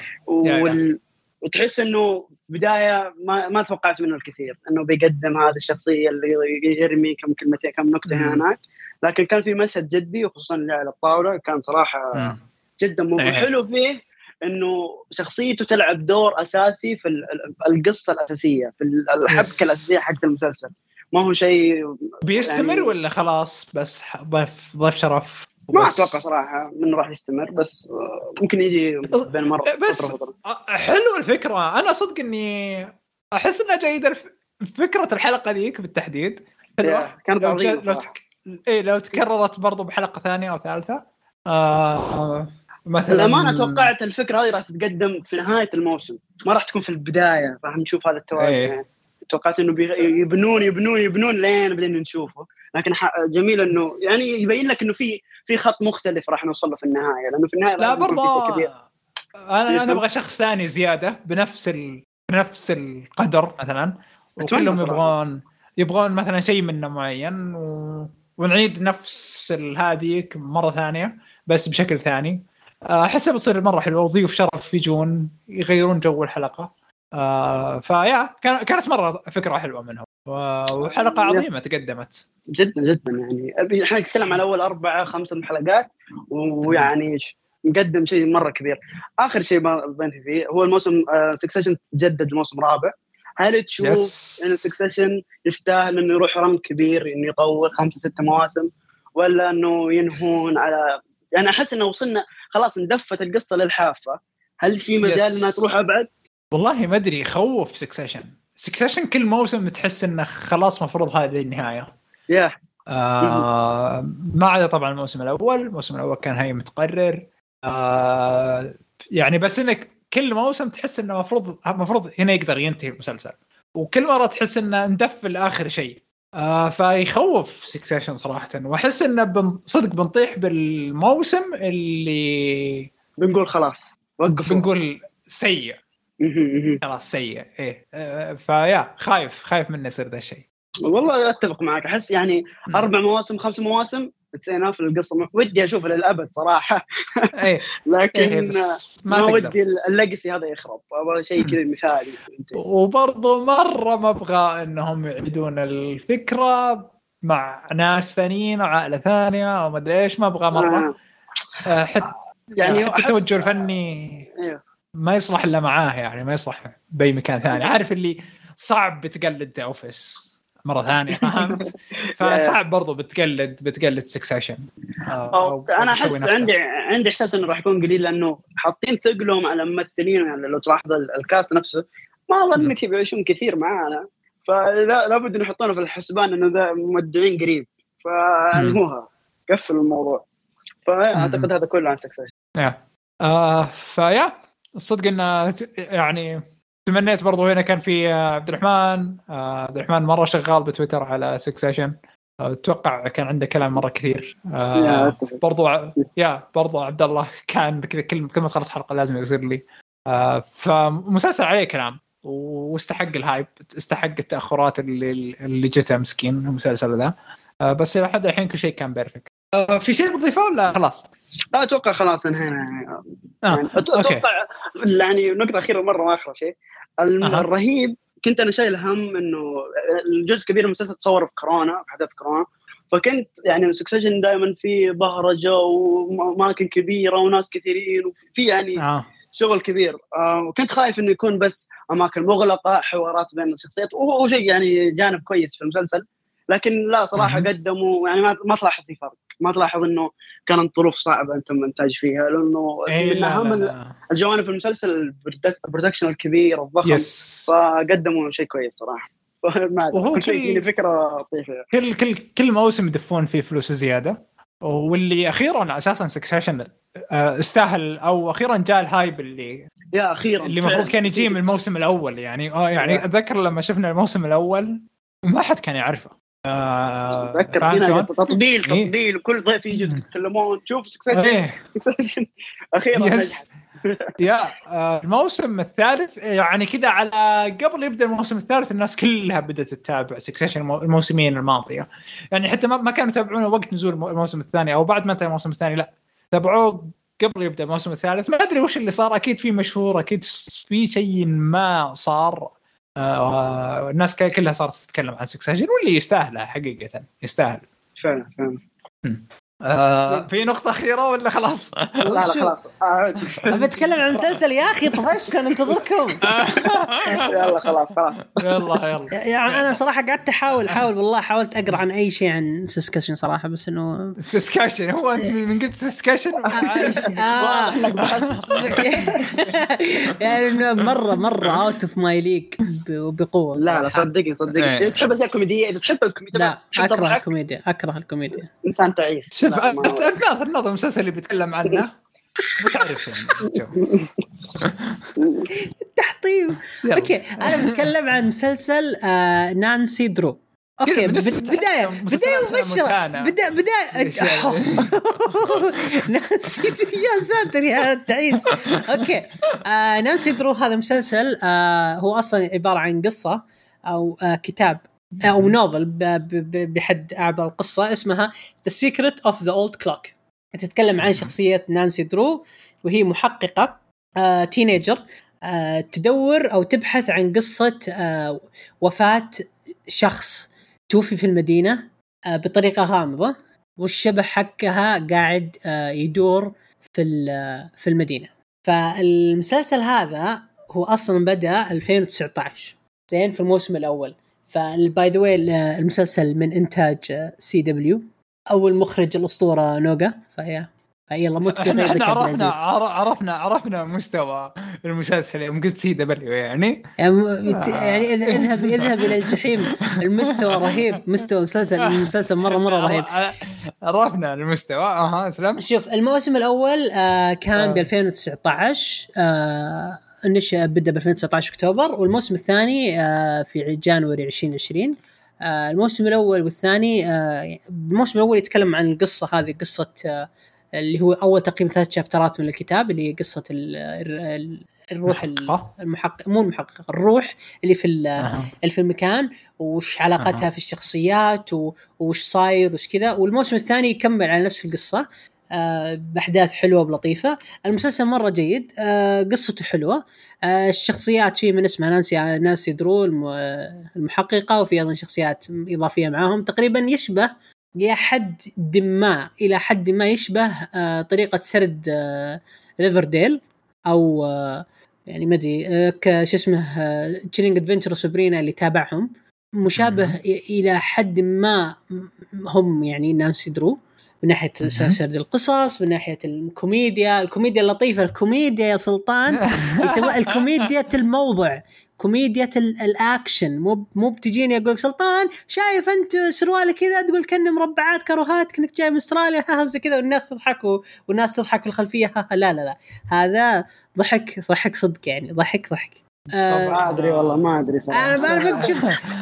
S3: وتحس إنه بداية ما توقعت منه الكثير، إنه بيقدم هذه الشخصية اللي يرمي كم نكتة هناك، لكن كان في مشهد جدي، وخصوصا اللي على الطاولة كان صراحة جدا حلو فيه، إنه شخصيته تلعب دور أساسي في القصة الأساسية، في الحبكة الأساسية حق المسلسل. ما هو شيء
S1: بيستمر يعني ولا خلاص بس ضيف شرف؟
S3: ما أتوقع صراحة منه راح يستمر، بس ممكن يجي بين مرة
S1: بس
S3: فترة.
S1: حلو الفكرة. أنا صدق إني أحس إنها جيدة فكرة الحلقة ذيك بالتحديد حلوة.
S3: كانت
S1: لو تكررت برضو بحلقة ثانية أو ثالثة مثلا
S3: ما أنا توقعت الفكرة هذه راح تتقدم في نهاية الموسم، ما راح تكون في البداية، راح نشوف هذا التوازن. يعني توقعت إنه يبنون لين بدنا نشوفه، لكن جميل إنه يعني يبين لك إنه في خط مختلف راح نوصل له في النهاية، لأنه في النهاية
S1: لا برضه أنا أبغى شخص ثاني زيادة بنفس القدر مثلا، وكلهم يبغون مثلا شيء منه معين ونعيد نفس هذه مرة ثانية بس بشكل ثاني. أحس بصير مرة حلو، وضيوف شرف يجون يغيرون جو الحلقة. فيا كانت مرة فكرة حلوة منهم، وحلقة عظيمة تقدمت
S3: جدا جدا. يعني احنا نتكلم على أول 4-5 حلقات، ويعني نقدم شيء مرة كبير. آخر شيء بنتي فيه هو الموسم سكسيشن جدد الموسم الرابع. هل تشوف إن سكسيشن يستاهل إنه يروح رم كبير إنه يطول 5-6 مواسم، ولا إنه ينهون على يعني أحس إنه وصلنا خلاص اندفت القصة للحافة؟ هل في مجال إنها تروح أبعد؟
S1: والله ما أدري. خوف سكسيشن كل موسم تحس إنه خلاص مفروض هذه النهاية. ما عدا طبعا الموسم الأول كان هاي متقرر. يعني بس إنك كل موسم تحس إنه مفروض هنا يقدر ينتهي المسلسل، وكل مرة تحس إنه ندف لآخر شيء. فيخوف سكسيشن صراحة، وأحس إنه صدق بنطيح بالموسم اللي
S3: بنقول خلاص وقف،
S1: بنقول سيء خلاص سيء. فيا خايف منه يصير ذا الشيء.
S3: والله أتفق معك. أحس يعني 4 مواسم 5 مواسم تسينا في القصة، ودي أشوفها للأبد صراحة. لكن ما ودي الليجسي هذا يخرب، أبغى شيء كذا مثالي.
S1: وبرضه مرة ما أبغى إنهم يعيدون الفكرة مع ناس ثانيين وعائلة ثانية وما أدري إيش. ما أبغى مرة حتى التوجه الفني ما يصلح إلا معاه، يعني ما يصلح بأي مكان ثاني. عارف اللي صعب بتقلد The Office مرة ثانية، فهمت؟ فصعب برضو بتقلد سكسيشن.
S3: أنا أحس عندي إحساس إنه راح يكون قليل، لأنه حاطين ثقلهم على ممثلين. يعني لو تلاحظ الكاست نفسه ما ظنيت يبيعون كثير معانا، فلا بد إنه يحطونه في الحسبان إنه ذا مودعين قريب، فالموها قفل الموضوع. فأعتقد هذا كله عن سكسيشن.
S1: فيا الصدق إنه يعني تمنيت برضو هنا كان في عبد الرحمن مرة شغال بتويتر على سكسيشن. أتوقع كان عنده كلام مرة كثير. برضو عبد الله كان كذا كل ما تخلص حلقة لازم يصير لي. فمسلسل عليه كلام واستحق الهايب، استحق التأخرات اللي جتها مسكين المسلسل ذا. بس لحد الحين كل شيء كان بيرفكت. في شيء بتضيفه ولا خلاص؟
S3: لا أتوقع خلاص انهينا. يعني أتوقع يعني نقطة أخيرة مرة وآخر شيء الرهيب. كنت أنا شايل هم إنه الجزء كبير من المسلسل تصور في كورونا، في حدث كورونا، فكنت يعني سكسيشن دائما في بهرجة وأماكن كبيرة وناس كثيرين وفي يعني شغل كبير. وكنت خايف إنه يكون بس أماكن مغلقة، حوارات بين الشخصيات، وهو شيء يعني جانب كويس في المسلسل. لكن لا صراحة قدموا يعني ما تلاحظ في فرق، ما تلاحظ إنه كانت ظروف صعبة أنتم منتج فيها، لأنه من أهم الجوانب في المسلسل البرودكشن الكبير الضخم. فقدموا شيء كويس صراحة. كل شيء يجيني فكرة لطيفة.
S1: كل موسم يدفون فيه فلوس زيادة، واللي أخيرا أساسا سكسيشن استاهل، أو أخيرا جاء الهايب اللي المفروض كان يجي من الموسم الأول. يعني أذكر لما شفنا الموسم الأول ما حد كان يعرفه.
S3: أتذكر هنا تطبيل كل ضيف يجي يتكلمون شوف سكسيشن أخيرا
S1: يا الموسم الثالث يعني كذا على قبل يبدأ الموسم الثالث الناس كلها بدأت تتابع سكسيشن الموسمين الماضية. يعني حتى ما كانوا يتابعونه وقت نزول الموسم الثاني أو بعد ما انتهى الموسم الثاني، لا تابعوه قبل يبدأ الموسم الثالث. ما أدري وش اللي صار، أكيد في مشهور، أكيد في شيء ما صار. الناس كلها صارت تتكلم عن سكسيشن، واللي يستاهله حقيقة يستاهل
S3: فعلا.
S1: في نقطة أخيرة ولا خلاص؟
S3: لا خلاص
S2: أبي أتكلم عن مسلسل يا أخي طفشت ننتظركم.
S3: يلا خلاص
S1: يلا
S2: يعني أنا صراحة قعدت أحاول والله حاولت أقرأ عن أي شيء عن سكسيشن صراحة، بس إنه
S1: سكسيشن هو أنت من قلت سكسيشن
S2: يعني مرة out of my league بقوة.
S3: لا صدقني إذا تحب أشياء كوميدية، إذا تحب
S2: لا أكره الكوميديا.
S3: إنسان تعيس.
S1: النظر المسلسل اللي بيتكلم عنه بتعرف
S2: التحطيم. اوكي انا بتكلم عن مسلسل نانسي درو. اوكي بدايه مبشره بدايه نانسي يا ساتر يا تعيس. اوكي نانسي درو هذا مسلسل هو اصلا عباره عن قصه او كتاب او نوفل بحد اعبر القصه اسمها The Secret of the Old Clock. تتكلم عن شخصيه نانسي درو وهي محققه تينيجر تدور او تبحث عن قصه وفاه شخص توفي في المدينة بطريقة غامضة والشبح حقها قاعد يدور في المدينة. فالمسلسل هذا هو أصلا بدأ 2019 زين في الموسم الأول. فالباي ذا واي المسلسل من إنتاج CW أو المخرج الأسطورة نوغا. يلا مو تقول
S1: عرفنا مستوى المسلسل يوم قلت CW يعني
S2: اذهب الى الجحيم. المستوى رهيب، مستوى المسلسل مره رهيب.
S1: عرفنا المستوى. سلام.
S2: شوف الموسم الاول كان ب 2019 بدا ب 2019 اكتوبر، والموسم الثاني في جانوري 2020. الموسم الاول والثاني الموسم الاول يتكلم عن القصه هذه، قصه اللي هو أول تقريبا 3 شابترات من الكتاب اللي هي قصة الروح المحقق، مو المحقق، الروح اللي في المكان وش علاقتها في الشخصيات وش صاير وش كذا. والموسم الثاني يكمل على نفس القصة بأحداث حلوة بلطيفة. المسلسل مرة جيد، قصته حلوة، الشخصيات فيه من اسمها نانسي درو المحققة، وفي أيضا شخصيات إضافية معاهم. تقريبا يشبه إلى حد ما يشبه طريقة سرد ريفرديل أو يعني ما أدري شو اسمه تشيلينج أدفنتشر سابرينا اللي تابعهم، مشابه إلى حد ما هم يعني نانسي درو من ناحية سرد القصص، من ناحية الكوميديا اللطيفة، الكوميديا يا سلطان يسموها الكوميديا الموضع، كوميديا الأكشن. مو بتجيني أقولك سلطان شايف أنت سروالك كذا تقول كأنه مربعات كروهات كأنك جاي من أستراليا همزة كذا والناس تضحك والناس تضحك في الخلفية لا هذا ضحك صدق يعني ضحك.
S3: ما أدري والله ما أدري صراحة.
S2: أنا ما بشوف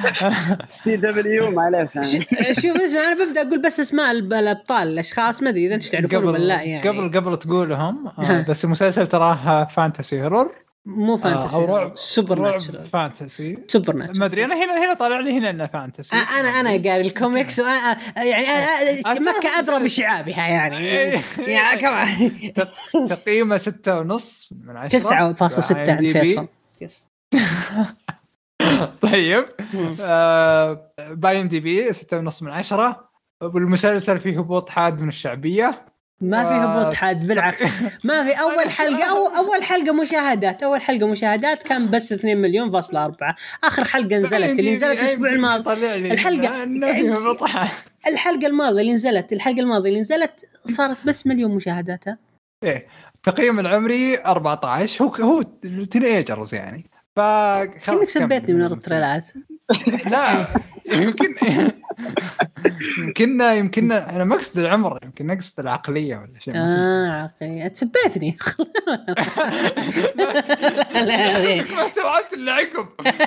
S3: CW معليش يعني.
S2: شوف أنا ببدأ أقول بس اسماء الأبطال الأشخاص، ما أدري إذا أنتم تعرفون ولا لا يعني.
S1: قبل تقولهم بس المسلسل تراه فانتسي هورر،
S2: مو فانتسي
S1: أو رعب
S2: سوبر ناتشرال.
S1: فانتسي
S2: سوبر ناتشرال
S1: ما ادري انا هنا طالع لي هنا انه فانتسي.
S2: انا قاري الكوميكس يعني مكة ادرى بشعابها يعني كمان.
S1: تقييمه 6.5 من 10.
S2: 9.6 عند فيصل. يس
S1: طيب باي IMDb 6.5 من 10. والمسلسل فيه هبوط حاد من الشعبية.
S2: ما في هبوط حاد، بالعكس ما في. أول حلقة مشاهدات كان بس 2 مليون فاصلة 4. آخر حلقة نزلت اللي نزلت الأسبوع الماضي، الحلقة الماضية اللي نزلت صارت بس 1 مليون مشاهداتها.
S1: إيه تقييم العمري 14. هو تينيجرز يعني.
S2: كأنك سبيتني من التريلات.
S1: لا يمكن انا ما اقصد العمر، يمكن اقصد العقليه ولا شيء.
S2: عقليه تثبتني.
S1: ما استوعبت اللي عقب.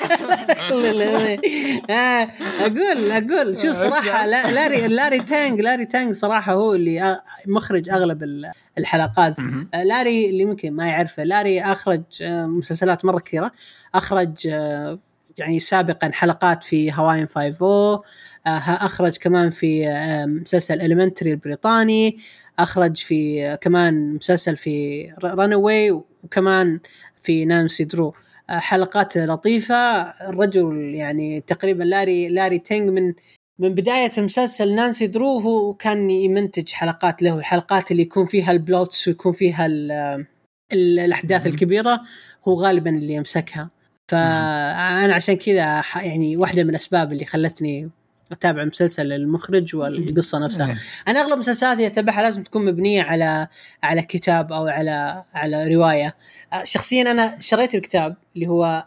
S2: اقول شو صراحه لاري تانغ صراحه هو اللي مخرج اغلب الحلقات. لاري اللي ممكن ما يعرفه، لاري اخرج مسلسلات مره كثيره، اخرج يعني سابقا حلقات في هواين 5-0، أخرج كمان في مسلسل إليمنتري البريطاني، أخرج في كمان مسلسل في رانوي، وكمان في نانسي درو. حلقات لطيفة. الرجل يعني تقريبا لاري تينغ من بداية المسلسل نانسي درو هو كان يمنتج حلقات له، الحلقات اللي يكون فيها البلوتس ويكون فيها الأحداث الكبيرة هو غالبا اللي يمسكها. فأنا عشان كذا يعني واحدة من الأسباب اللي خلتني أتابع مسلسل المخرج والقصة نفسها. أنا أغلب مسلسلاتي أتابعها لازم تكون مبنية على كتاب أو على رواية. شخصيا أنا شريت الكتاب اللي هو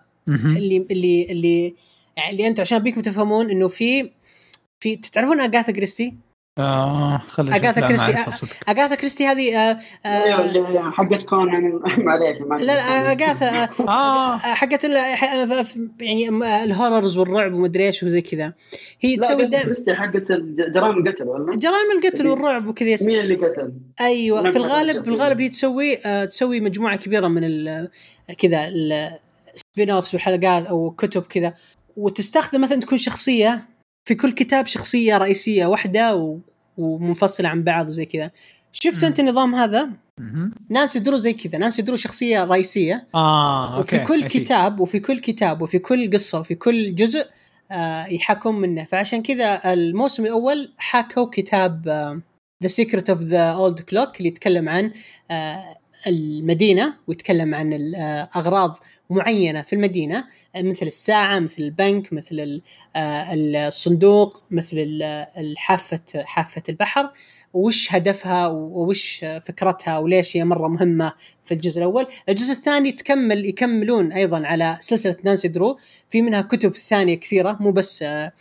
S2: اللي أنتوا عشان بيكم تفهمون إنه في تعرفون أغاثا كريستي أغاثا كريستي هذه
S3: حقت كونان معليش
S2: لا أغاثا حقت يعني الهوررز والرعب ومدري ايش وزي كذا. هي تسوي
S3: كريستي حقت جرائم القتل ولا
S2: جرائم القتل والرعب وكذا.
S3: مين اللي قتل؟
S2: ايوه في الغالب هي تسوي مجموعه كبيره من كذا السبين اوفس والحلقات او كتب كذا، وتستخدم مثلا تكون شخصيه في كل كتاب شخصيه رئيسيه واحده ومنفصله عن بعض وزي كذا. شفت انت النظام هذا؟ ناس يدروا زي كذا، ناس يدروا شخصيه رئيسيه وفي كل كتاب وفي كل قصه وفي كل جزء يحكم منه. فعشان كذا الموسم الاول حكوا كتاب The Secret of the Old Clock اللي يتكلم عن المدينه ويتكلم عن الاغراض معينه في المدينه، مثل الساعه، مثل البنك، مثل الصندوق، مثل حافه البحر، وش هدفها وش فكرتها وليش هي مره مهمه في الجزء الاول. الجزء الثاني يكملون ايضا على سلسله نانسي درو، في منها كتب ثانيه كثيره، مو بس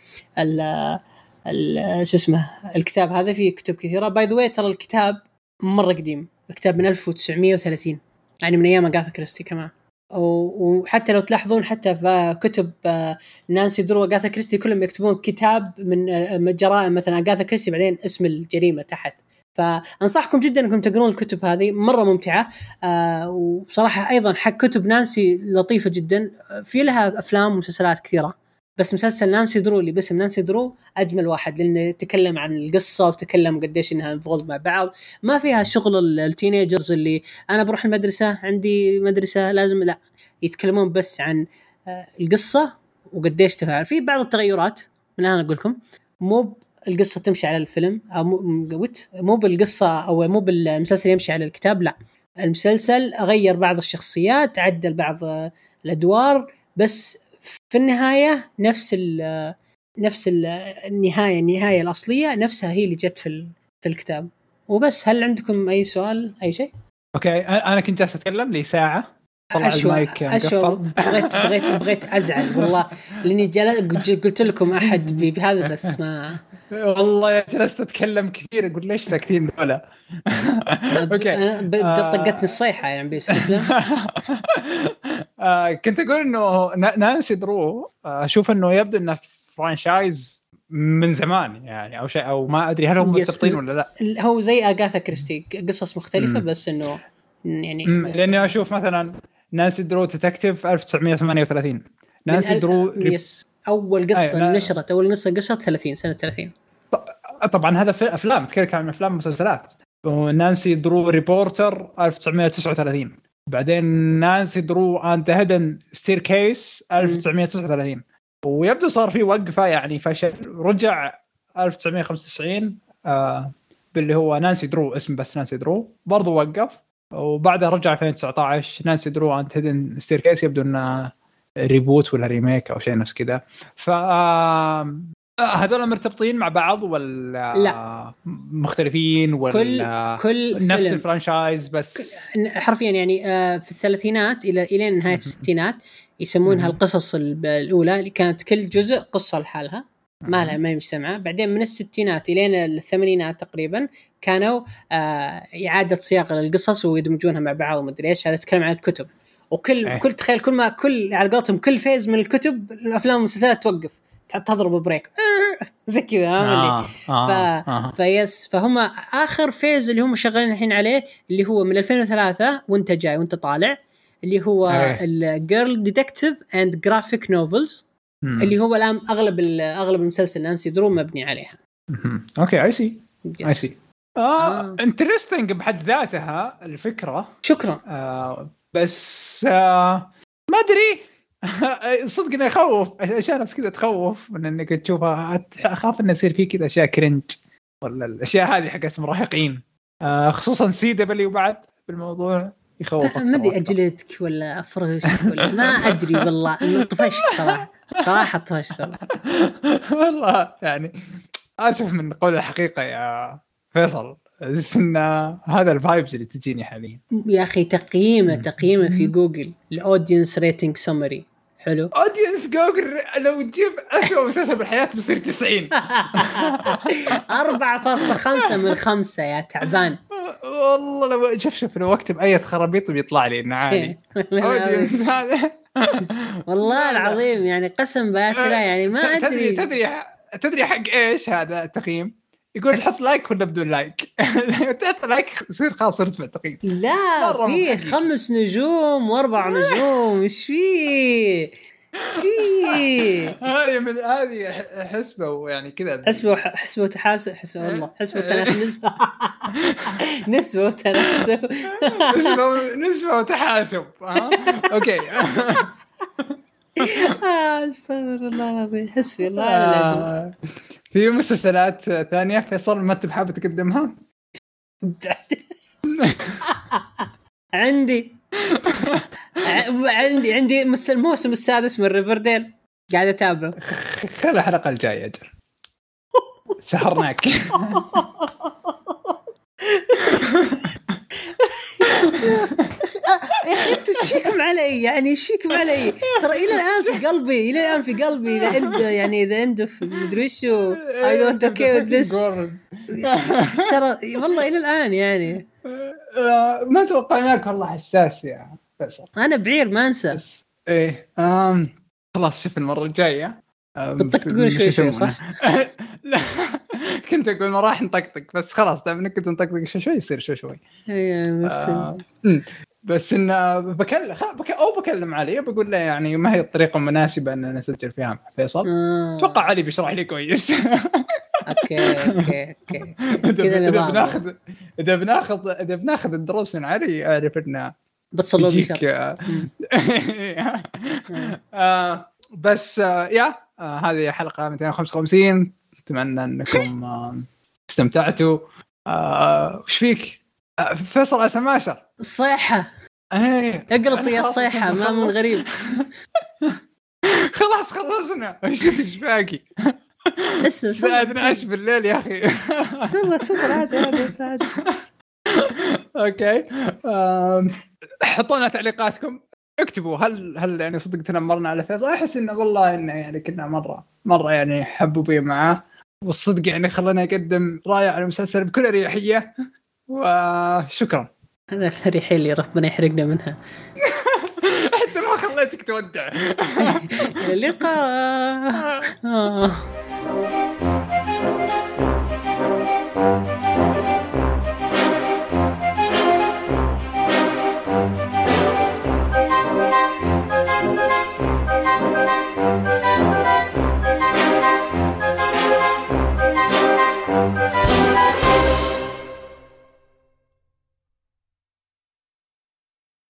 S2: شو اسمه الكتاب هذا، فيه كتب كثيره. باي ذا واي ترى الكتاب مره قديم، الكتاب من 1930 يعني من ايام أغاثا كريستي كمان. وحتى لو تلاحظون حتى في كتب نانسي درو وأغاثا كريستي كلهم يكتبون كتاب من جرائم مثلا أغاثا كريستي بعدين اسم الجريمة تحت. فأنصحكم جدا أنكم تقرون الكتب هذه، مرة ممتعة. وبصراحة أيضا حق كتب نانسي لطيفة جدا، في لها أفلام ومسلسلات كثيرة، بس مسلسل نانسي درو اللي باسم نانسي درو أجمل واحد، لأنه تكلم عن القصة وتكلم قديش إنها انفولد مع بعض. ما فيها شغل التينيجرز اللي أنا بروح المدرسة عندي مدرسة لازم، لا، يتكلمون بس عن القصة وقديش تفاعل. في بعض التغيرات من أنا أقول لكم، مو القصة تمشي على الفيلم أو مو بالقصة أو مو بالمسلسل يمشي على الكتاب، لا، المسلسل غير بعض الشخصيات، عدل بعض الأدوار، بس في النهاية نفس النهاية الأصلية نفسها هي اللي جت في الكتاب وبس. هل عندكم أي سؤال أي شيء؟
S1: أوكي، أنا كنت جالس أتكلم لي ساعة، طلع المايك مقفل.
S2: بغيت أزعل والله، لأني قلت لكم أحد بهذا، بس ما
S1: والله جلست أتكلم كثير، أقول ليش ساكتين ولا
S2: أوكي طقتني الصيحة يعني بيسلم.
S1: كنت أقول إنه نانسي درو أشوف إنه يبدو إنه فرانشايز من زمان يعني أو شيء، أو ما أدري هل هم متفقين ولا لا.
S2: هو زي أغاثا كريستي، قصص مختلفة بس إنه يعني
S1: لأني أشوف مثلا نانسي درو تتكتب 1938، نانسي درو
S2: أول قصة نشرت، أول قصة 30 سنة 30.
S1: طبعا هذا في أفلام، تكلم عن أفلام ومسلسلات. ونانسي درو ريبورتر 1939، بعدين نانسي درو أند هيدن ستيركيس 1939، ويبدو صار في وقفة يعني فشل، رجع 1995 باللي هو نانسي درو اسم بس نانسي درو، برضو وقف، وبعدها رجع 2019 نانسي درو أند هيدن ستيركيس، يبدو أنه ريبوت ولا ريميك أو شيء نفس كده. هذول مرتبطين مع بعض ولا
S2: لا
S1: مختلفين ولا
S2: كل
S1: نفس الفرانشايز بس
S2: حرفيا يعني في الثلاثينات إلى نهاية الستينات يسمونها القصص الأولى، اللي كانت كل جزء قصة لحالها ما لها ما مجتمعة. بعدين من الستينات إلى الثمانينات تقريبا كانوا إعادة صياغة للقصص ويدمجونها مع بعض ومدري إيش. هذا تكلم عن الكتب، وكل تخيل كل على قولتهم كل فيز من الكتب الأفلام والمسلسلات توقف تضرب بريك زي كذا. فيس فهم آخر فيز اللي هم شغالين الحين عليه، اللي هو من 2003 وانت جاي وانت طالع، اللي هو الجيرل ديتكتيف اند جرافيك نوفلز، اللي هو الآن أغلب المسلسل نانسي درو مبني عليها.
S1: اوكي اي سي انترستينج بحد ذاتها الفكرة.
S2: شكرا.
S1: بس ما أدري صدق إنه يخوف، أشياء نفس كذا تخوف من إنك تشوفها، أخاف إنه يصير فيه كذا أشياء كرنج ولا الأشياء هذه حقت مراهقين، خصوصا CW بعد بالموضوع يخوف.
S2: ما أدري أجلدك ولا أفرغشك ولا ما أدري والله، طفشت صراحة طفشت
S1: والله يعني آسف من قول الحقيقة يا فيصل، إن هذا الفايبز اللي تجيني حاليا.
S2: يا أخي تقييمه في جوجل الأودينس ريتنج سمري حلو.
S1: اودينس جوجل لو تجيب أسوأ مسلسل بالحياة بصير 90.
S2: 4.5 من 5 يا تعبان.
S1: والله لو شوف لو اكتب اي خرابيط بيطلع لي انه عادي. اودينس هذا
S2: والله العظيم يعني قسم بالله يعني ما ادري.
S1: تدري حق ايش هذا التقييم؟ يقول تحط لايك ولا بدون لايك. تعطي لايك يصير خلاص ارتفع التقييم.
S2: لا في 5 نجوم و4 نجوم ايش فيه
S1: هذه حسبه ويعني كذا
S2: حسبه وتحاسب حسبه الله حسبه وتناسب نسبه وتناسب
S1: نسبه وتحاسب اوكي.
S2: استغفر الله العظيم حسبي الله على العدو.
S1: في مسلسلات ثانية فيصل ما انت بحابة تقدمها؟
S2: عندي الموسم السادس من ريفرديل قاعد اتابعه.
S1: خلي الحلقة الجاية اجل سهرناك.
S2: يا اخي انتوا شيكم علي يعني شيكم علي ترى الى الان في قلبي اذا عنده مدري شو اي دونت اوكي ذس ترى والله الى الان يعني
S1: ما توقعناك والله حساس يا فيصل.
S2: انا بعير ما انسى.
S1: ايه خلاص شوف المره الجايه
S2: بتطقطقون شوي صح.
S1: لا كنت اقول ما راح نطقطق بس خلاص دام نقدر نطقطق شوي يصير شوي. بس إن بكلم علي بقول له يعني ما هي الطريقة المناسبة أن نسجل فيها مع فيصل. أتوقع علي بيشرح لي كويس.
S2: أوكي. كذا نظام.
S1: إذا بناخذ الدروس من علي أعرف إنه
S2: بتصلوا بشر.
S1: بس هذه حلقة 255. أتمنى أنكم استمتعتوا. وش فيك فيصل أسماشر
S2: الصيحة اقلط يا الصيحة ما من غريب.
S1: خلاص خلصنا ايش باقي؟ ساعدنا ايش بالليل يا اخي.
S2: تفضل عادي ساعد.
S1: اوكي حطوا لنا تعليقاتكم اكتبوا هل يعني صدق تنمرنا على فيصل. احس انه والله انه يعني كنا مره يعني حبوبين معاه والصدق يعني خلنا يقدم رائع على المسلسل بكل اريحيه وشكرا.
S2: هذا الريحة اللي ربنا يحرقنا منها.
S1: حتى ما خليتك تودع.
S2: اللقاء.